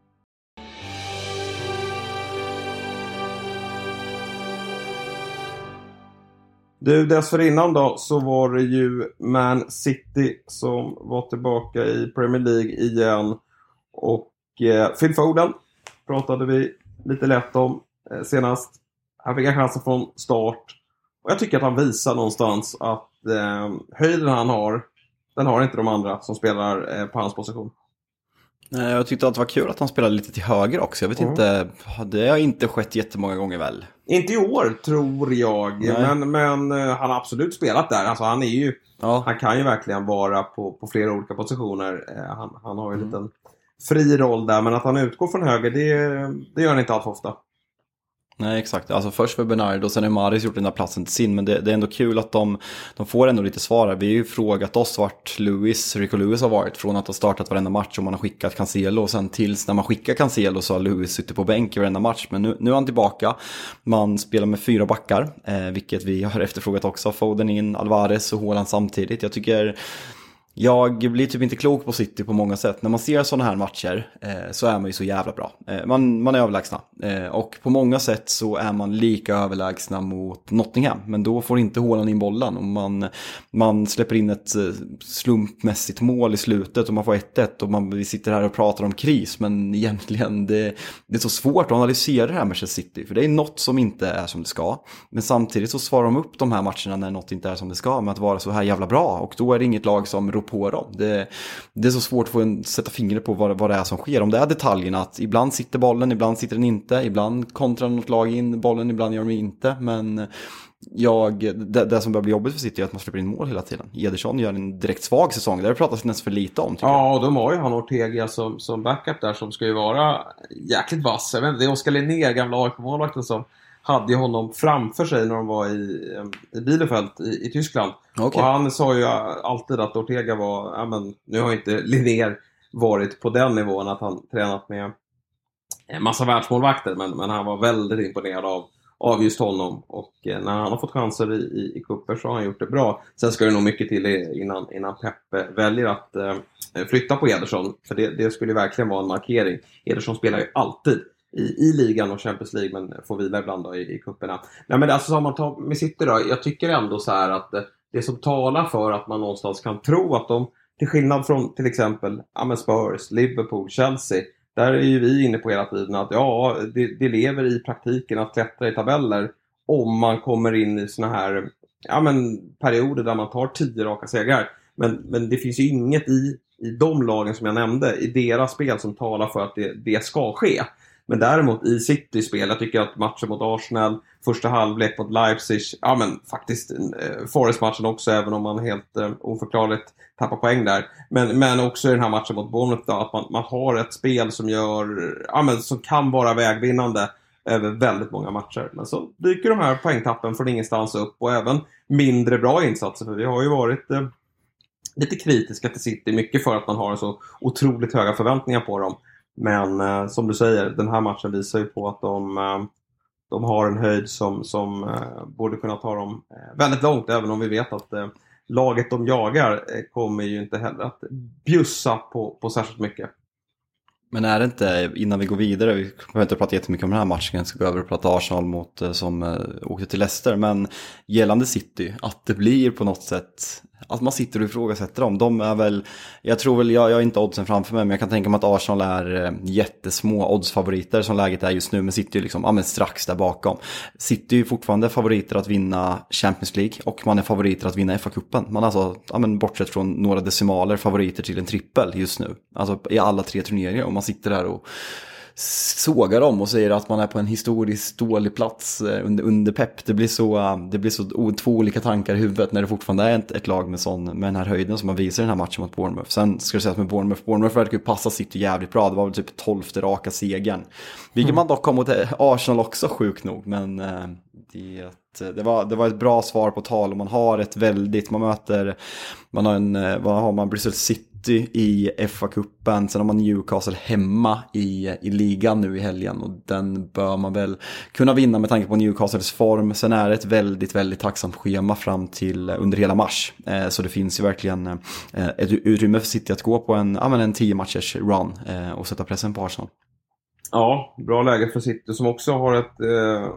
Du, dessförinnan då så var det ju Man City som var tillbaka i Premier League igen. Och eh, Phil Foden pratade vi lite lätt om eh, senast. Han fick en chans från start. Och jag tycker att han visar någonstans att eh, höjden han har, den har inte de andra som spelar eh, på hans position. Jag tyckte att det var kul att han spelade lite till höger också. Jag vet mm. inte, det har inte skett jättemånga gånger väl. Inte i år tror jag, men, men han har absolut spelat där. Alltså han är ju, ja. han kan ju verkligen vara på, på flera olika positioner. Han, han har ju en mm. liten fri roll där, men att han utgår från höger, det, det gör han inte allt för ofta. Nej, exakt. Alltså först för Bernard och sen har Maris gjort den där platsen till sin. Men det, det är ändå kul att de, de får ändå lite svar. Vi har ju frågat oss vart Lewis, Rico Lewis har varit. Från att ha startat varenda match och man har skickat Cancelo. Och sen tills när man skickar Cancelo så har Lewis suttit på bänk i varenda match. Men nu, nu är han tillbaka. Man spelar med fyra backar. Eh, vilket vi har efterfrågat också. Foden in, Alvarez och Haaland samtidigt. Jag tycker... Jag blir typ inte klok på City på många sätt. När man ser sådana här matcher eh, så är man ju så jävla bra. Eh, man, man är överlägsna. Eh, och på många sätt så är man lika överlägsna mot Nottingham. Men då får inte Haaland in bollen. Och man, man släpper in ett slumpmässigt mål i slutet och man får ett ett. Och man, vi sitter här och pratar om kris. Men egentligen det, det är så svårt att analysera det här med City. För det är något som inte är som det ska. Men samtidigt så svarar de upp de här matcherna när något inte är som det ska. Med att vara så här jävla bra. Och då är det inget lag som ropar på dem. Det, det är så svårt att få en, sätta fingret på vad, vad det är som sker. Om det är detaljerna, att ibland sitter bollen, ibland sitter den inte, ibland kontrar något lag in bollen, ibland gör de inte. Men jag, det, det som börjar bli jobbigt för City är att man släpper in mål hela tiden. Ederson gör en direkt svag säsong. Det har pratats nästan för lite om. Ja, och de har ju han Ortega som, som backup där som ska ju vara jäkligt vass. Jag vet inte, det är Oskar Linnér, gamla A I K-målvakten, som hade ju honom framför sig när de var i, i Bielefeld i, i Tyskland. Okay. Och han sa ju alltid att Ortega var, ja men nu har inte Linnér varit på den nivån att han tränat med en massa världsmålvakter, men, men han var väldigt imponerad av av just honom, och eh, när han har fått chanser i, i, i kupper så har han gjort det bra. Sen ska det nog mycket till innan, innan Pep väljer att eh, flytta på Ederson, för det, det skulle verkligen vara en markering. Ederson spelar ju alltid i, i ligan och Champions League, men får vila ibland då i, i kupperna. Nej, men alltså, om man tar med City då, jag tycker ändå så här att eh, det som talar för att man någonstans kan tro att de, till skillnad från till exempel ja, Spurs, Liverpool, Chelsea, där är ju vi inne på hela tiden att ja, det, det lever i praktiken att klättra i tabeller om man kommer in i såna här ja, men, perioder där man tar tio raka segrar. Men, men det finns ju inget i, i de lagen som jag nämnde, i deras spel, som talar för att det, det ska ske. Men däremot i Citys spel, jag tycker att matchen mot Arsenal, första halvlek mot Leipzig, ja men faktiskt eh, Forest-matchen också, även om man helt eh, oförklarligt tappar poäng där. Men, men också i den här matchen mot Bournemouth då, att man, man har ett spel som gör, ja men som kan vara vägvinnande över väldigt många matcher. Men så dyker de här poängtappen från ingenstans upp, och även mindre bra insatser, för vi har ju varit eh, lite kritiska till City, mycket för att man har så otroligt höga förväntningar på dem. Men eh, som du säger, den här matchen visar ju på att de, eh, de har en höjd som, som eh, borde kunna ta dem eh, väldigt långt, även om vi vet att eh, laget de jagar eh, kommer ju inte heller att bjussa på, på särskilt mycket. Men är det inte, innan vi går vidare, vi behöver inte prata jättemycket om den här matchen, jag ska gå över och prata Arsenal mot, som äh, åkte till Leicester, men gällande City, att det blir på något sätt, att man sitter och ifrågasätter dem. De är väl, jag tror väl, jag, jag har inte oddsen framför mig, men jag kan tänka mig att Arsenal är äh, jättesmå oddsfavoriter som läget är just nu, men City liksom, ja men strax där bakom. City är fortfarande favoriter att vinna Champions League, och man är favoriter att vinna F A-cupen. Man är alltså, ja men bortsett från några decimaler, favoriter till en trippel just nu. Alltså i alla tre turneringar, och man sitter där och sågar dem och säger att man är på en historiskt dålig plats under, under Pep. Det blir så, det blir så två olika tankar i huvudet när det fortfarande är ett, ett lag med, sån, med den här höjden som man visar i den här matchen mot Bournemouth. Sen ska jag säga att med Bournemouth, Bournemouth verkar ju passa City jävligt bra. Det var väl typ tolfte raka segern. Vilket mm. man dock kom mot Arsenal också, sjukt nog. Men eh, det, det, var, det var ett bra svar på tal, och man har ett väldigt, man möter, man har en, vad har man, Bristol City i F A-cupen, sen har man Newcastle hemma i, i ligan nu i helgen, och den bör man väl kunna vinna med tanke på Newcastles form. Sen är det ett väldigt, väldigt tacksamt schema fram till under hela mars, eh, så det finns ju verkligen eh, ett utrymme för City att gå på en, ja, men en tio matchers run eh, och sätta pressen på Arsenal. Ja, bra läge för City som också har ett eh,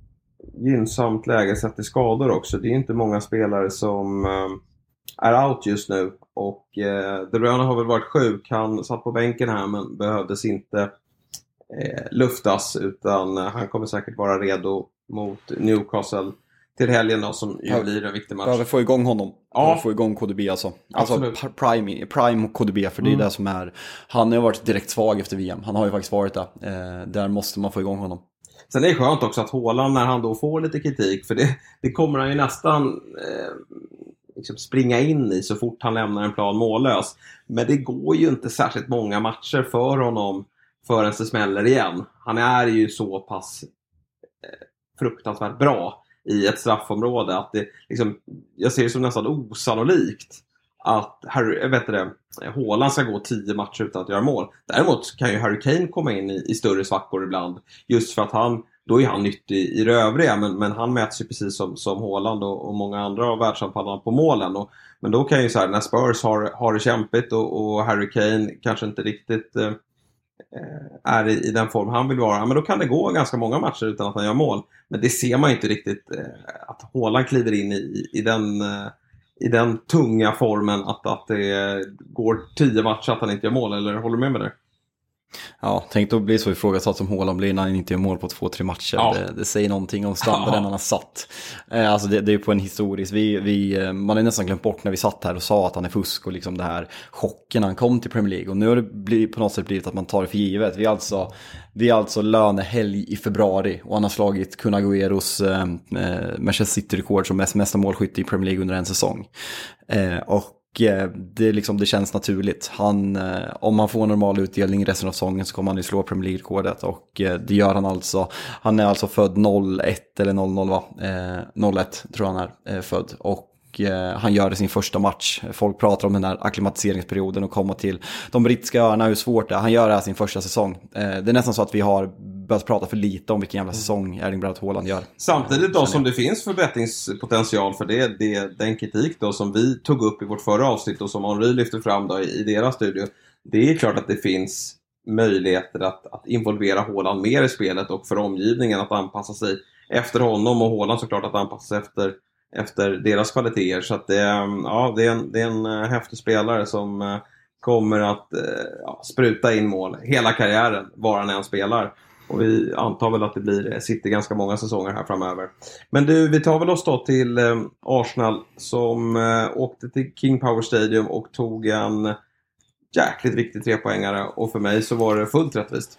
gynnsamt läge sett i skador också. Det är inte många spelare som eh, är out just nu, och eh, De Bruyne har väl varit sjuk, han satt på bänken här men behövdes inte eh, luftas, utan eh, han kommer säkert vara redo mot Newcastle till helgen då, som ju blir en viktig match. Behöver få igång honom. Ja. Få igång K D B alltså. Alltså prime, prime K D B, för det är mm. det som är, han har ju varit direkt svag efter V M, han har ju faktiskt varit där, eh, där måste man få igång honom. Sen är det skönt också att Haaland, när han då får lite kritik, för det, det kommer han ju nästan eh, liksom springa in i så fort han lämnar en plan mållös. Men det går ju inte särskilt många matcher för honom förrän det smäller igen. Han är ju så pass eh, fruktansvärt bra i ett straffområde att det, liksom, jag ser det som nästan osannolikt att Harry, vet det, Haaland ska gå tio matcher utan att göra mål. Däremot kan ju Harry Kane komma in i, i större svackor ibland, just för att han, då är han nyttig i det övriga, men, men han mäts ju precis som, som Haaland och, och många andra av världsanfallarna på målen. Och, men då kan ju så här, när Spurs har, har det kämpigt och, och Harry Kane kanske inte riktigt eh, är i, i den form han vill vara, men då kan det gå ganska många matcher utan att han gör mål. Men det ser man inte riktigt, eh, att Haaland kliver in i, i den eh, i den tunga formen att, att det går tio matcher att han inte gör mål, eller håller du med med det? Ja, tänk då bli så ifrågasatt som Haaland blir när han inte gör mål på två, tre matcher. Ja. Det, det säger någonting om standarden ja. han har satt. Eh, alltså det, det är på en historisk, vi, vi, man är nästan glömt bort när vi satt här och sa att han är fusk och liksom det här chocken han kom till Premier League. Och nu har det blivit, på något sätt blivit att man tar det för givet. Vi är alltså, vi är alltså lönehelg i februari och han har slagit Kun Agüeros eh, Manchester City-rekord som mest, mesta målskytte i Premier League under en säsong. Eh, och Det, liksom, det känns naturligt. Han, om han får normal utdelning resten av säsongen så kommer han ju slå Premier League-rekordet. Och det gör han alltså. Han är alltså född noll ett eller noll noll va? Eh, noll ett tror jag han är eh, född. Och han gör det sin första match. Folk pratar om den här akklimatiseringsperioden och komma till de brittiska öarna, hur svårt det är. Han gör det här sin första säsong. Det är nästan så att vi har börjat prata för lite om vilken jävla säsong Erling Braut Haaland gör. Samtidigt då som det finns förbättringspotential för det, det den kritik då som vi tog upp i vårt förra avsnitt och som Henry lyfter fram då i, i deras studio. Det är klart att det finns möjligheter att, att involvera Haaland mer i spelet och för omgivningen att anpassa sig efter honom och Haaland såklart att anpassa sig efter efter deras kvaliteter. Så att det, ja, det, är en, det är en häftig spelare som kommer att ja, spruta in mål hela karriären var han än spelar. Och vi antar väl att det blir City ganska många säsonger här framöver. Men du, vi tar väl oss då till eh, Arsenal som eh, åkte till King Power Stadium och tog en jäkligt viktig trepoängare. Och för mig så var det fullt rättvist.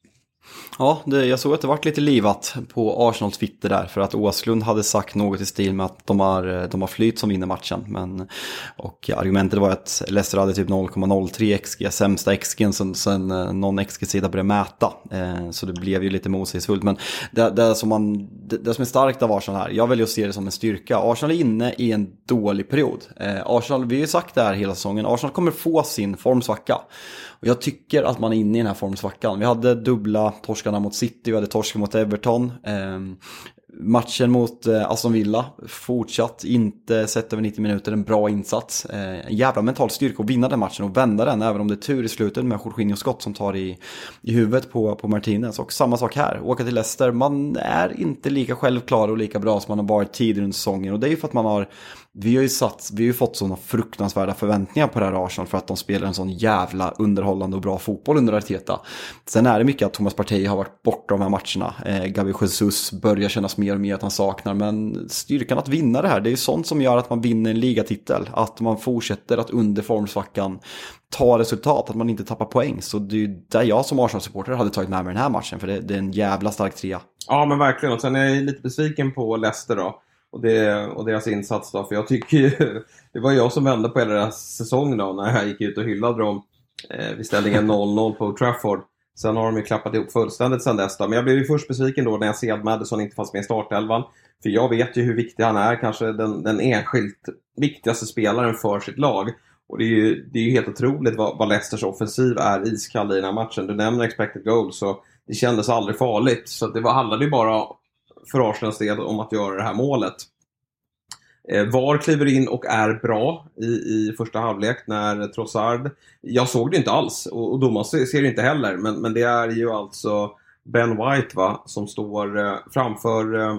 Ja, det, jag såg att det varit lite livat på Arsenals Twitter där för att Åslund hade sagt något i stil med att de har, de har flyt som vinner matchen. Men, och argumentet var att Leicester hade typ noll komma noll tre X G, sämsta X G sen, sen någon X G-sida började mäta. Eh, så det blev ju lite motsägelsefullt. Men det, det, som man, det, det som är starkt av Arsenal här, jag väljer att se det som en styrka. Arsenal är inne i en dålig period. Eh, Arsenal, vi har ju sagt det här hela säsongen, Arsenal kommer få sin formsvacka. Och jag tycker att man är inne i den här formsvackan. Vi hade dubbla torskarna mot City, vi hade torsken mot Everton. Eh, matchen mot eh, Aston Villa fortsatt inte sett över nittio minuter, en bra insats. Eh, en jävla mental styrka att vinna den matchen och vända den, även om det är tur i slutet med Jorginho skott som tar i, i huvudet på, på Martinez. Och samma sak här, åka till Leicester, man är inte lika självklar och lika bra som man har varit tidigare under säsongen. Och det är ju för att man har Vi har ju satt, vi har ju fått sådana fruktansvärda förväntningar på det här Arsenal för att de spelar en sån jävla underhållande och bra fotboll under Arteta. Sen är det mycket att Thomas Partey har varit borta de här matcherna. Eh, Gabi Jesus börjar kännas mer och mer att han saknar, men styrkan att vinna det här, det är ju sånt som gör att man vinner en ligatitel. Att man fortsätter att under formsvackan ta resultat, att man inte tappar poäng. Så det är ju där jag som Arsenal-supporter hade tagit med mig den här matchen, för det, det är en jävla stark trea. Ja, men verkligen. Och sen är jag lite besviken på Leicester då. Och, det, och deras insats då. För jag tycker ju, det var jag som vände på hela deras säsong då. När jag gick ut och hyllade dem eh, vid ställningen noll noll på Trafford. Sen har de ju klappat ihop fullständigt sen dess då. Men jag blev ju först besviken då när jag ser att Maddison inte fanns med i startelvan. För jag vet ju hur viktig han är. Kanske den, den enskilt viktigaste spelaren för sitt lag. Och det är ju, det är ju helt otroligt vad, vad Leicesters offensiv är iskall i den här matchen. Du nämner expected goals, så det kändes aldrig farligt. Så det var, handlade ju bara för Arsenals del om att göra det här målet. Eh, VAR kliver in och är bra i, i första halvlek när Trossard, jag såg det inte alls och, och domaren ser det inte heller, men, men det är ju alltså Ben White va, som står eh, framför eh,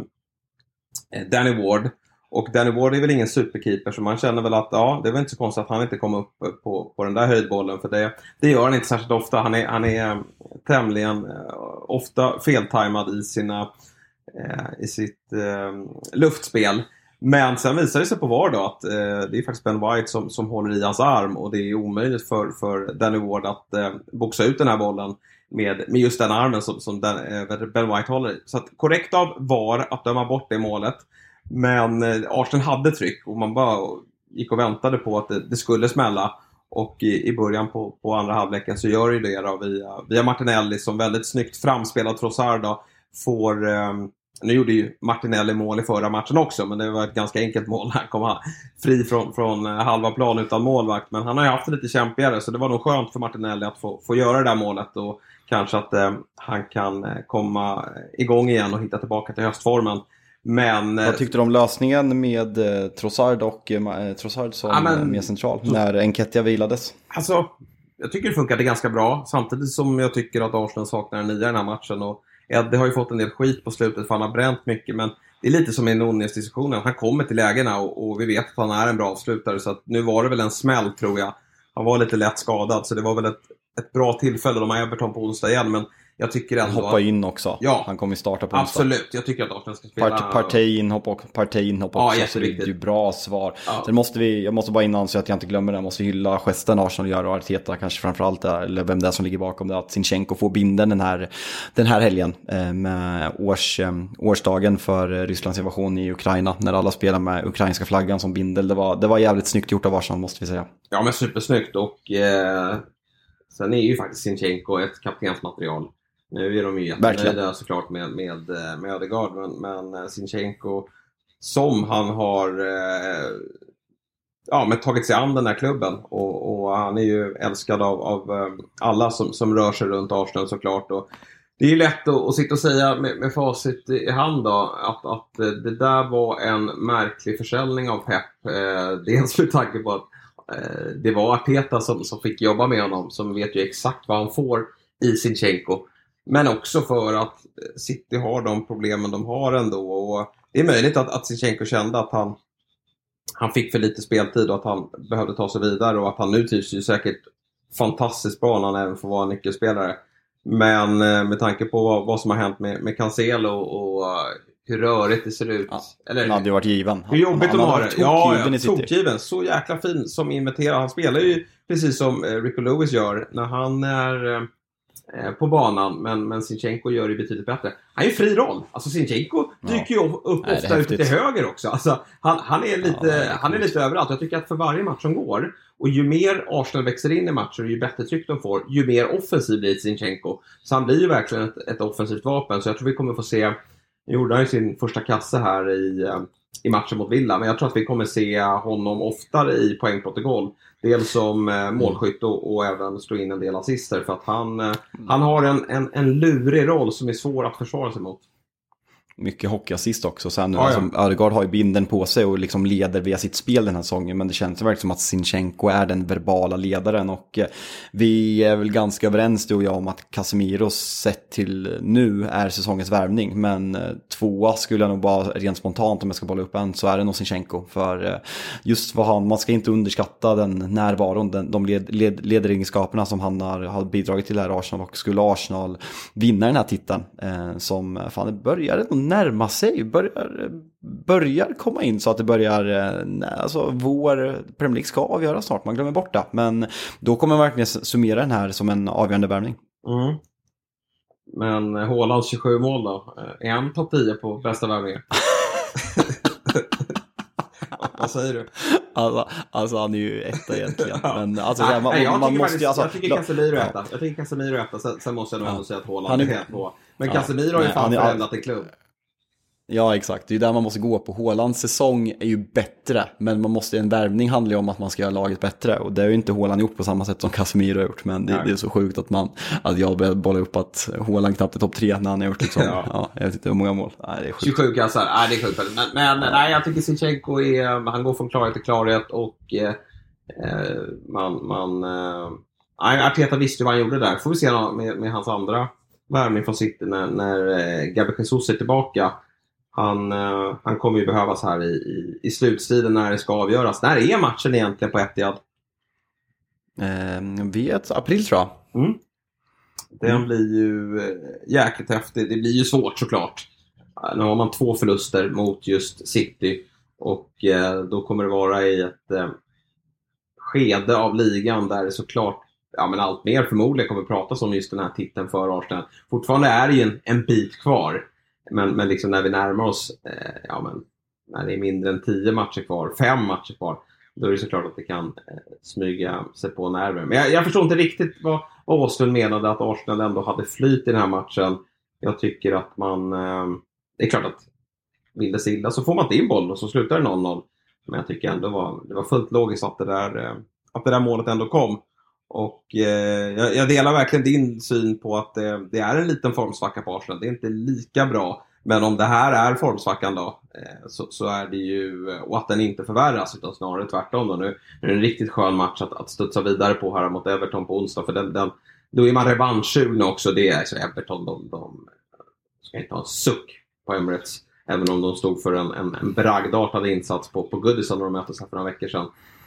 Danny Ward. Och Danny Ward är väl ingen superkeeper, så man känner väl att ja, det är väl inte så konstigt att han inte kom upp på, på den där höjdbollen, för det, det gör han inte särskilt ofta. Han är, han är tämligen eh, ofta feltajmad i sina eh, i sitt eh, luftspel. Men sen visar det sig på V A R då att eh, det är faktiskt Ben White som, som håller i hans arm, och det är omöjligt för, för Danny Ward att eh, boxa ut den här bollen med, med just den armen som, som den, eh, Ben White håller i. Så att korrekt av V A R att döma bort det målet. Men eh, Arsenal hade tryck och man bara gick och väntade på att det, det skulle smälla. Och i, i början på, på andra halvleken så gör det det då via, via Martinelli som väldigt snyggt framspelat Trossard då får... Eh, Nu gjorde ju Martinelli mål i förra matchen också, men det var ett ganska enkelt mål. Han kom fri från, från halva plan utan målvakt, men han har ju haft det lite kämpigare, så det var nog skönt för Martinelli att få, få göra det där målet, och kanske att eh, han kan komma igång igen och hitta tillbaka till höstformen. Men, vad tyckte du om lösningen med eh, Trossard och eh, Trossard som ja, men, mer central så, när Enketia vilades? Alltså, jag tycker det funkade ganska bra, samtidigt som jag tycker att Arsenal saknar en nia i den här matchen, och Eddie har ju fått en del skit på slutet för han har bränt mycket, men det är lite som i Nunez-diskussionen. Han kommer till lägena och, och vi vet att han är en bra avslutare, så att nu var det väl en smäll tror jag. Han var lite lätt skadad, så det var väl ett ett bra tillfälle. De har Everton på onsdag igen, men jag tycker ändå... Han hoppar in också. Ja, han kommer starta på onsdag. Absolut, jag tycker att Arsenal ska spela... Part, Partein hoppar Partein hoppar ja, också, så det är ju bra svar. Ja. Sen måste vi, jag måste bara innan så att jag inte glömmer det, jag måste hylla gesten Arsenal gör och Arteta kanske framförallt, eller vem det är som ligger bakom det, att Zinchenko får binden den här, den här helgen eh, med års, eh, årsdagen för Rysslands invasion i Ukraina, när alla spelar med ukrainska flaggan som bindel. Det var, det var jävligt snyggt gjort av Arsenal, måste vi säga. Ja, men supersnyggt, och eh, sen är ju faktiskt Zinchenko ett kaptensmaterial. Nu är de ju jättenöjda såklart med, med, med Ödegaard, men, men Zinchenko, som han har eh, ja, men tagit sig an den här klubben, och, och han är ju älskad av, av alla som, som rör sig runt Arsenal såklart, och det är ju lätt att, att sitta och säga med, med facit i hand då, att, att det där var en märklig försäljning av Pep, eh, dels med tanke på att eh, det var Arteta som, som fick jobba med honom, som vet ju exakt vad han får i Zinchenko. Men också för att City har de problemen de har ändå. Och det är möjligt att, att Zinchenko kände att han, han fick för lite speltid och att han behövde ta sig vidare. Och att han nu trivs ju säkert fantastiskt bra när han även får vara en nyckelspelare. Men med tanke på vad, vad som har hänt med, med Cancelo och, och hur rörigt det ser ut. Ja, eller, han hade ju varit given. Hur jobbigt han, de han har det. Ja, ja tokgiven. Så jäkla fin som imiterar. Han spelar ju precis som Rico Lewis gör när han är... på banan, men, men Zinchenko gör det betydligt bättre. Han är ju fri roll. Alltså Zinchenko dyker ju ja. upp Nej, ofta ute till höger också. Alltså, han, han är lite, ja, är han är lite överallt. Jag tycker att för varje match som går, och ju mer Arsenal växer in i matcher och ju bättre tryck de får, ju mer offensiv blir Zinchenko. Så han blir ju verkligen ett, ett offensivt vapen. Så jag tror vi kommer få se, gjorde han sin första kasse här i, i matchen mot Villa, men jag tror att vi kommer se honom oftare i poängprotokoll. Dels som eh, målskytt och, och även slå in en del assister, för att han, eh, han har en, en, en lurig roll som är svår att försvara sig mot. Mycket hockeyassist också. Sen nu, ja, ja. Alltså, Ödegaard har ju binden på sig och liksom leder via sitt spel den här säsongen. Men det känns verkligen som att Zinchenko är den verbala ledaren. Och eh, vi är väl ganska överens du och jag om att Casemiro sett till nu är säsongens värvning. Men eh, tvåa skulle jag nog bara rent spontant, om jag ska bolla upp en, så är det nog Zinchenko. För eh, just vad han, man ska inte underskatta den närvaron, den, de led, led, ledaregenskaperna som han har, har bidragit till här Arsenal. Och skulle Arsenal vinna den här titeln eh, som fan det började nog närma sig, börjar, börjar komma in så att det börjar, nej, alltså vår Premier League ska avgöra snart, man glömmer bort det, men då kommer man verkligen summera den här som en avgörande värvning. Mm. Men Haalands tjugosju mål då, är han topp tio på bästa värvningar? Vad säger du? Alltså, alltså han är ju etta egentligen. Ja. Men alltså, nej, man, nej, jag, man tycker måste, faktiskt, alltså, jag tycker Casemiro är etta. Jag tycker Casemiro är etta. Sen, sen måste jag nog ja. ändå säga att Haaland är helt på. Men ja. Casemiro har ju nej, fan är, förändrat en klubb. Ja, exakt. Det är ju där man måste gå på. Haalands säsong är ju bättre, men man måste, en värvning handlar ju om att man ska göra laget bättre, och det har ju inte Haaland gjort på samma sätt som Casemiro har gjort, men det, det är så sjukt att man, att jag börjar bolla upp att Haaland knappt är topp tre när han har gjort liksom, ja. ja, jag vet inte hur många mål. Nej, det är sjukt. tjugosju kassar, nej det är sjukt. Men, men ja. nej, jag tycker Zinchenko är, han går från klarhet till klarhet, och eh, man, man eh, nej, Arteta visste ju vad han gjorde där. Får vi se med, med hans andra värvning från City när, när eh, Gabriel Jesus är tillbaka. Han, uh, han kommer ju behövas här i, i, i slutstriden när det ska avgöras. När är matchen egentligen på Etihad? Eh, vet, april tror jag. Mm. Den mm. blir ju uh, jäkligt häftig. Det blir ju svårt såklart. Uh, nu har man två förluster mot just City. Och uh, då kommer det vara i ett uh, skede av ligan där det såklart, ja men allt mer förmodligen kommer pratas om just den här titeln för Arsenal. Fortfarande är det ju en, en bit kvar. Men, men liksom när vi närmar oss, eh, ja men när det är mindre än tio matcher kvar, fem matcher kvar, då är det såklart att det kan eh, smyga sig på nerver. Men jag, jag förstår inte riktigt vad, vad Åslund menade att Arsenal ändå hade flyt i den här matchen. Jag tycker att man, eh, det är klart att vill det sig illa så får man inte in boll och så slutar det noll noll. Men jag tycker ändå var, det var fullt logiskt att det där, eh, att det där målet ändå kom. Och eh, jag, jag delar verkligen din syn på att det, det är en liten formsvacka på Arsenal. Det är inte lika bra. Men om det här är formsvackan då, eh, så, så är det ju, och att den inte förvärras utan snarare tvärtom då. Nu, nu är det en riktigt skön match att, att studsa vidare på här mot Everton på onsdag. För den, den, då är man revanschsugen också. Det är alltså Everton, de, de ska inte ha en suck på Emirates. Även om de stod för en, en, en bragdartad insats på, på Goodison när de möttes här för några veckor sedan.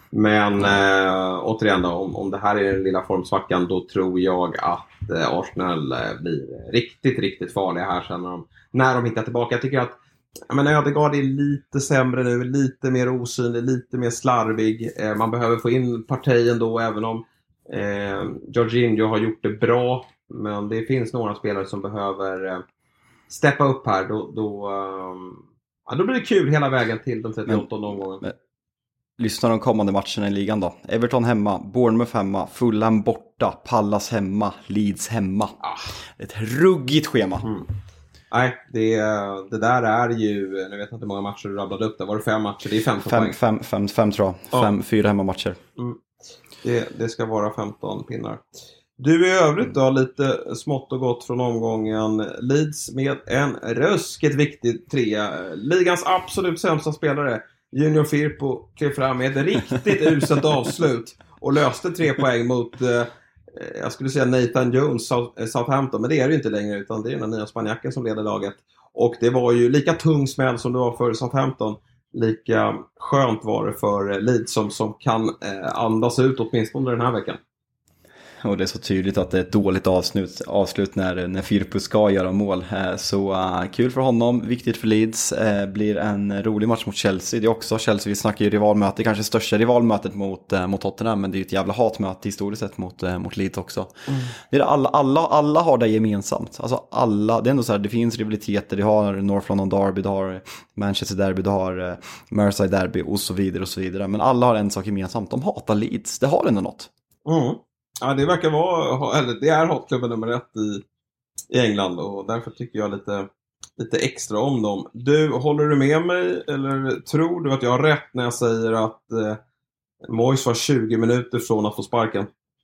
Men äh, återigen då, om, om det här är den lilla formsvackan, då tror jag att äh, Arsenal äh, blir riktigt, riktigt farliga här sen när de, när de hittar tillbaka. Jag tycker att jag menar, Ödegaard är lite sämre nu, lite mer osynlig, lite mer slarvig. Eh, man behöver få in Partey då, även om eh, Jorginho har gjort det bra. Men det finns några spelare som behöver eh, steppa upp här. Då, då, um, ja, då blir det kul hela vägen till den trettioåttonde omgången. Men, lyssna de kommande matcherna i ligan då. Everton hemma, Bournemouth hemma, Fulham borta, Pallas hemma, Leeds hemma. Ah. Ett ruggigt schema. Mm. Nej, det, det där är ju, nu vet jag inte hur många matcher du rabblade upp där. Var det fem matcher? Det är femton fem, poäng. Fem, fem, fem tror jag. Ja. Fem, fyra hemmamatcher. Mm. Det, det ska vara femton pinnar. Du i övrigt då, lite smått och gott från omgången. Leeds med en rösket viktig trea. Ligans absolut sämsta spelare, Junior Firpo, klev fram med ett riktigt uselt avslut och löste tre poäng mot... Eh, jag skulle säga Nathan Jones, Southampton, men det är det inte längre, utan det är den nya spanjacken som leder laget. Och det var ju lika tung smäll som det var för Southampton. Lika skönt var det för Leeds som, som kan eh, andas ut åtminstone den här veckan. Och det är så tydligt att det är ett dåligt avslut, avslut när, när Firpo ska göra mål. Så uh, kul för honom, viktigt för Leeds. Uh, blir en rolig match mot Chelsea. Det är också Chelsea, vi snackar ju rivalmöte, kanske största rivalmötet mot, uh, mot Tottenham. Men det är ju ett jävla hatmöte historiskt sett mot, uh, mot Leeds också. Mm. Det är alla, alla, alla har det gemensamt. Alltså alla, det är ändå så här, det finns rivaliteter. Det har North London Derby, det har Manchester Derby, det har uh, Merseyside Derby och så vidare och så vidare. Men alla har en sak gemensamt, de hatar Leeds. Det har ändå något. Mm. Ja, det verkar vara, eller det är hatklubben nummer ett i, i England, och därför tycker jag lite, lite extra om dem. Du, håller du med mig eller tror du att jag har rätt när jag säger att eh, Moyes var tjugo minuter från att få sparken?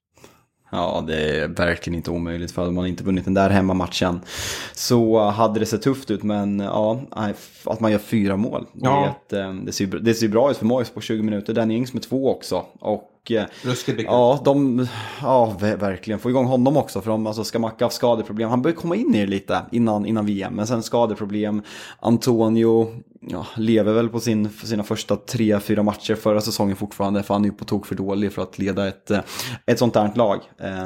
Ja, det är verkligen inte omöjligt, för att man inte vunnit den där hemmamatchen så hade det sett tufft ut, men ja, att man gör fyra mål. Ja. Det, är ett, det, ser, det ser bra ut för Moyes på tjugo minuter. Danny Ings med två också. Och ja, de, ja, verkligen få igång honom också, för de alltså, ska Macka ha skadeproblem. Han börjar komma in i det lite innan, innan V M, men sen skadeproblem. Antonio ja, lever väl på sin, för sina första tre, fyra matcher förra säsongen fortfarande, för han är ju på tok för dålig för att leda ett, ett sånt här lag.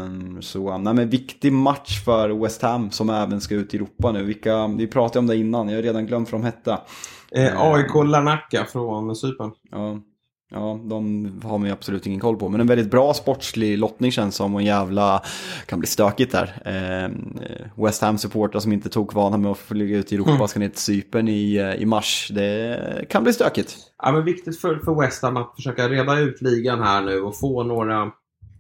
Så nej, men viktig match för West Ham som även ska ut i Europa nu. Vilka, vi pratade om det innan, jag har redan glömt för de hette. Eh, A I K Larnaca från Cypern. Ja. Ja, de har man ju absolut ingen koll på. Men en väldigt bra sportslig lottning känns som, och en jävla kan bli stökigt där. Eh, West Ham-supportrar som inte tog vana med att flyga ut i Europa mm. ska ner till Cypern i, i mars. Det kan bli stökigt. Ja, men viktigt för, för West Ham att försöka reda ut ligan här nu och få några,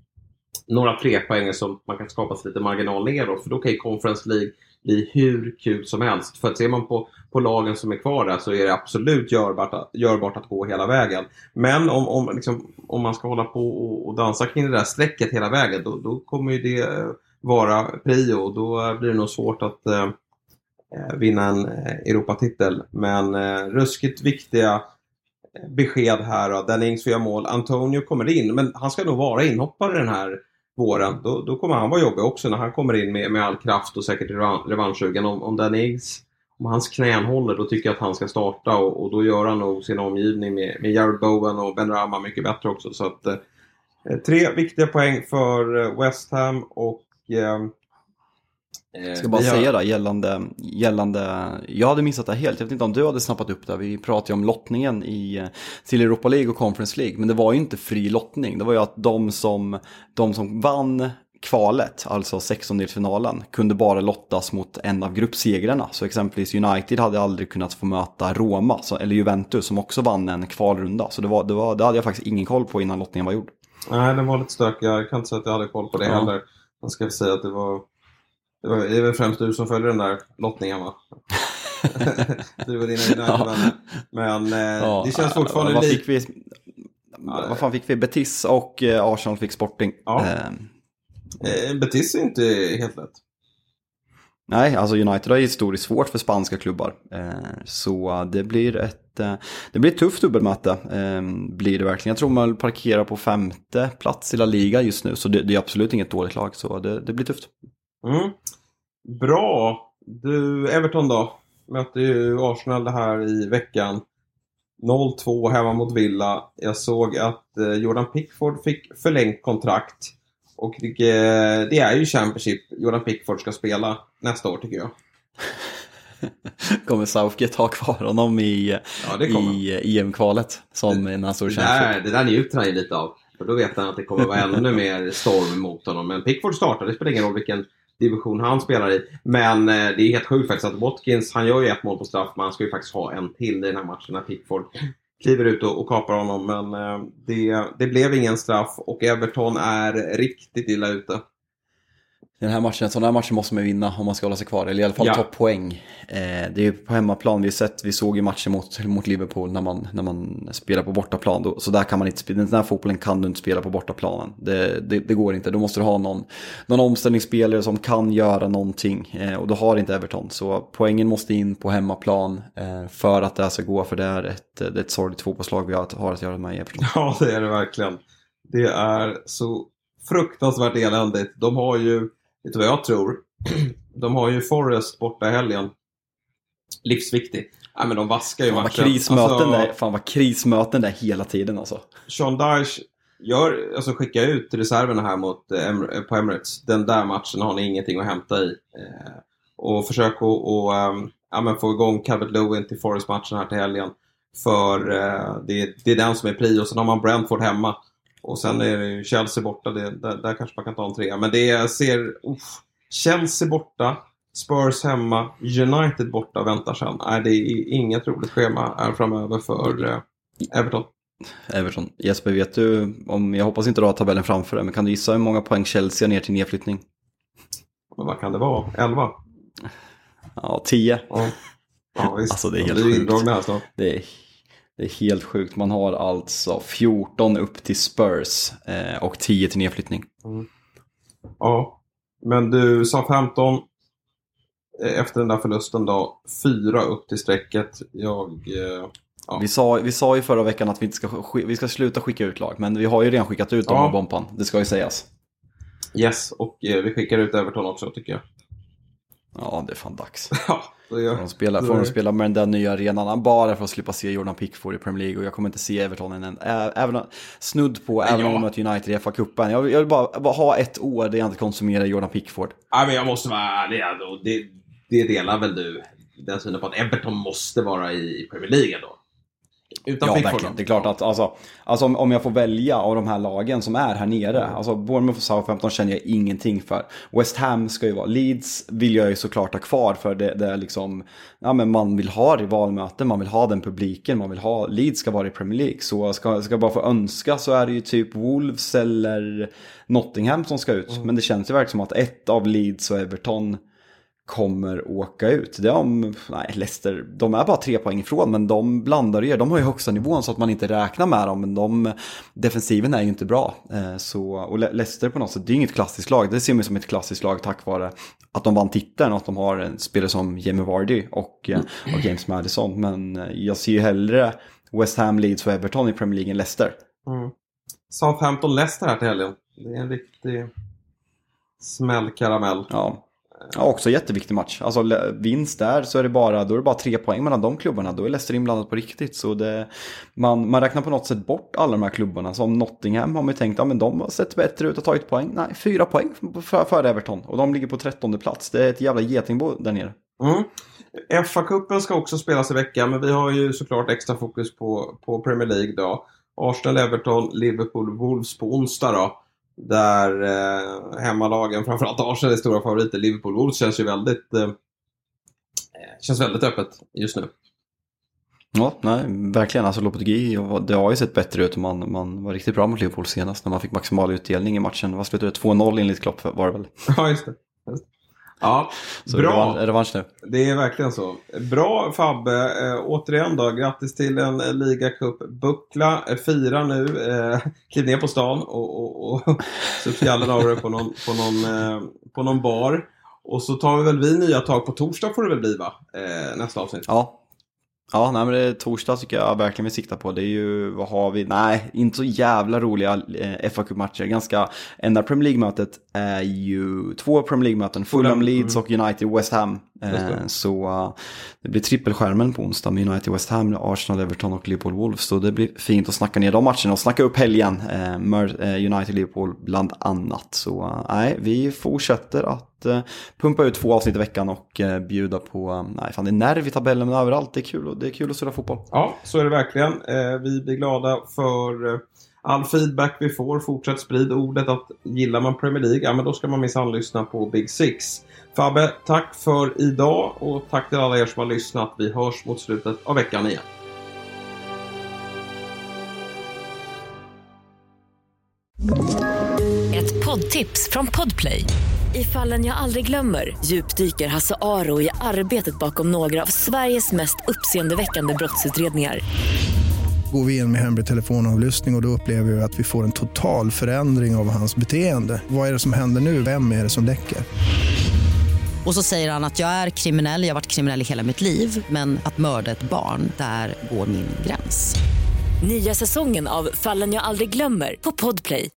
några tre poäng som man kan skapa sig lite marginal neråt. För då kan ju Conference League bli hur kul som helst. För att ser man på, på lagen som är kvar där så är det absolut görbart, görbart att gå hela vägen. Men om, om, liksom, om man ska hålla på och, och dansa kring det där strecket hela vägen, då, då kommer ju det vara prio. Då blir det nog svårt att eh, vinna en Europatitel. Men eh, ruskigt viktiga besked här då. Danny Ings får mål. Antonio kommer in, men han ska nog vara inhoppare den här våren. Då, då kommer han vara jobbig också när han kommer in med, med all kraft och säkert revanschsugen. Om, om Danny Ings, om hans knän håller, då tycker jag att han ska starta, och, och då gör han nog sin omgivning med, med Jared Bowen och Ben Rama mycket bättre också. Så att eh, tre viktiga poäng för West Ham. Och eh, jag ska bara har... säga då, gällande, gällande, jag hade missat det helt, jag vet inte om du hade snappat upp det, vi pratade ju om lottningen i, till Europa League och Conference League, men det var ju inte fri lottning, det var ju att de som, de som vann kvalet, alltså sextondelsfinalen, kunde bara lottas mot en av gruppsegrarna. Så exempelvis United hade aldrig kunnat få möta Roma, så, eller Juventus som också vann en kvalrunda, så det, var, det, var, det hade jag faktiskt ingen koll på innan lottningen var gjord. Nej, den var lite stökig, jag kan inte säga att jag hade koll på det ja. heller. Jag ska säga att det var Det är väl främst du som följer den där lottningen, va? Du och dina United-vänner. Men eh, ja, det känns fortfarande vad lite... Fick vi, vad fan fick vi? Betis och eh, Arsenal fick Sporting. Ja. Eh. Betis är inte helt lätt. Nej, alltså United har historiskt svårt för spanska klubbar. Eh, så det blir ett eh, det blir ett tufft dubbelmöte. Eh, blir det verkligen. Jag tror man parkerar på femte plats i La Liga just nu. Så det, det är absolut inget dåligt lag. Så det, det blir tufft. Mm. Bra. Du, Everton då möter ju Arsenal det här i veckan. noll två hemma mot Villa. Jag såg att eh, Jordan Pickford fick förlängt kontrakt. Och det, det är ju Championship Jordan Pickford ska spela nästa år, tycker jag. Kommer Southgate ha kvar honom i, ja, i E M-kvalet som det, en stor Championship? Det där njuter han ju lite av. För då vet han att det kommer vara ännu mer storm mot honom. Men Pickford startar, det spelar ingen roll vilken division han spelar i. Men eh, det är helt sjukt faktiskt att Watkins, han gör ju ett mål på straff, men han ska ju faktiskt ha en till i den här matchen när Pickford kliver ut och, och kapar honom. Men eh, det, det blev ingen straff och Everton är riktigt illa ute. Den här matchen, sådana här matcher måste man vinna om man ska hålla sig kvar, eller i alla fall ja. ta poäng. Eh, det är ju på hemmaplan, vi har sett, vi såg ju matchen mot, mot Liverpool när man, när man spelar på bortaplan. Då, så där kan man inte spela, den här fotbollen kan du inte spela på bortaplanen. Det, det, det går inte, då måste du ha någon, någon omställningsspelare som kan göra någonting. Eh, och då har inte Everton, så poängen måste in på hemmaplan eh, för att det här ska gå, för det är ett, det är ett sorgligt fotbollslag vi har, har att göra med i Everton. Ja, det är det verkligen. Det är så fruktansvärt eländigt. De har ju, vet du vad jag tror? De har ju Forest borta i helgen. Livsviktig. Ja, men de vaskar ju fan, matchen. Vad krismöten alltså, där, fan vad krismöten där hela tiden alltså. Sean Dyche gör, alltså skickar ut reserverna här mot, eh, på Emirates. Den där matchen har ni ingenting att hämta i. Eh, och försök att och, um, ja, men få igång Calvert-Lewin till Forest-matchen här till helgen. För eh, det, det är den som är prio. Och sen har man Brentford hemma. Och sen är det ju Chelsea borta, det, där, där kanske man kan ta en trea. Men det ser, uff, Chelsea borta, Spurs hemma, United borta väntar sen. Nej, det är inget roligt schema här framöver för eh, Everton. Everton. Jesper, vet du, om jag hoppas inte du har tabellen framför dig, men kan du gissa hur många poäng Chelsea ner till nedflyttning? Men vad kan det vara? elva? Ja, tio. Ja, ja visst. Alltså det är helt sjukt. Det är Det är helt sjukt. Man har alltså fjorton upp till Spurs eh, och tio till nedflyttning. Mm. Ja, men du Southampton eh, efter den där förlusten då, fyra upp till strecket. Jag, eh, ja. vi, sa, vi sa ju förra veckan att vi, inte ska, vi ska sluta skicka ut lag, men vi har ju redan skickat ut dem ja. av bompan. Det ska ju sägas. Yes, och eh, vi skickar ut Everton också, tycker jag. Ja, det är fan dags. Ja, det gör. Får de spela, får de spela med den där nya arenan bara för att slippa se Jordan Pickford i Premier League. Och jag kommer inte se Everton än, även snudd på, även om de möter United i F A-cupen. Jag, jag vill bara, bara ha ett år där jag inte konsumerar Jordan Pickford. Ja, men jag måste vara ärlig. Det, det delar väl du den synen på att Everton måste vara i Premier League då? Utan ja, Pickford. Verkligen. Det är klart att alltså, alltså om, om jag får välja av de här lagen som är här nere, mm. alltså Bournemouth och Southampton känner jag ingenting för. West Ham ska ju vara, Leeds vill jag ju såklart ha kvar, för det, det är liksom, ja, men man vill ha rivalmöten, man vill ha den publiken, man vill ha, Leeds ska vara i Premier League, så ska, ska bara få önska så är det ju typ Wolves eller Nottingham som ska ut. Mm. Men det känns ju verkligen som att ett av Leeds och Everton kommer åka ut. Det är om, nej, Leicester, de är bara tre poäng ifrån, men de blandar ju, de har ju högsta nivån så att man inte räknar med dem, men de, defensiven är ju inte bra. Eh, så, och Le- Leicester på något sätt, det är inget klassiskt lag, det ser man som ett klassiskt lag tack vare att de vann titeln och att de har en spelare som Jamie Vardy och, mm. och James Maddison, men jag ser ju hellre West Ham, Leeds och Everton i Premier League än Leicester. Mm. Southampton Leicester här till helgen, det är en riktig smällkaramell. Ja. Ja, också jätteviktig match. Alltså vinst där så är det bara, då är det bara tre poäng mellan de klubbarna. Då är Leicester inblandat på riktigt. Så det, man, man räknar på något sätt bort alla de här klubbarna. Som Nottingham har man ju tänkt, ja men de har sett bättre ut och tagit poäng. Nej, fyra poäng för, för Everton. Och de ligger på trettonde plats. Det är ett jävla getingbo där nere. Mm. F A-cupen ska också spelas i veckan, men vi har ju såklart extra fokus på, på Premier League då. Arsenal, Everton, Liverpool, Wolves på onsdag då. Där eh, hemmalagen, framförallt Arsenal är stora favoriter. Liverpool Wolves känns ju väldigt eh, känns väldigt öppet just nu. Ja, nej, verkligen. Alltså Lopetegui, det har ju sett bättre ut. Man, man var riktigt bra mot Liverpool senast när man fick maximal utdelning i matchen. Vad slutade det? två noll enligt Klopp var det väl? Ja, just det. Just det. Ja, så bra. Det är revansch nu. Det är verkligen så. Bra Fabbe. Eh, återigen då, grattis till en eh, ligacup-buckla. Eh, fira nu. Eh, kliv ner på stan och, och, och så fjällen av det på någon, på, någon, eh, på någon bar. Och så tar vi väl vi nya tag på torsdag får det väl bli va? Eh, nästa avsnitt. Ja. Ja, nej, men det är torsdag tycker jag verkligen vi siktar på. Det är ju, vad har vi? Nej, inte så jävla roliga eh, F A-cupmatcher. Ganska, enda Premier League-mötet är ju två Premier League-möten. Fulham, Leeds och United West Ham. Eh, så uh, det blir trippelskärmen på onsdag med United West Ham, Arsenal, Everton och Liverpool Wolves. Så det blir fint att snacka ner de matcherna och snacka upp helgen. Eh, United Liverpool bland annat. Så nej, uh, vi fortsätter att uh, pumpa ut två avsnitt i veckan och uh, bjuda på, uh, nej fan det är nerv i tabellen men överallt. Det är kul, och det är kul att spela fotboll. Ja, så är det verkligen. Eh, vi blir glada för uh, all feedback vi får. Fortsätt sprid ordet att gillar man Premier League, ja men då ska man minsann lyssna på Big Six. Fabbe, tack för idag och tack till alla er som har lyssnat. Vi hörs mot slutet av veckan igen. Ett poddtips från Podplay. I Fallen jag aldrig glömmer djupdyker Hasse Aro i arbetet bakom några av Sveriges mest uppseendeväckande brottsutredningar. Går vi in med hemlig telefonavlyssning och, och då upplever vi att vi får en total förändring av hans beteende. Vad är det som händer nu? Vem är det som läcker? Och så säger han att jag är kriminell, jag har varit kriminell i hela mitt liv. Men att mörda ett barn, där går min gräns. Nya säsongen av Fallen jag aldrig glömmer på Podplay.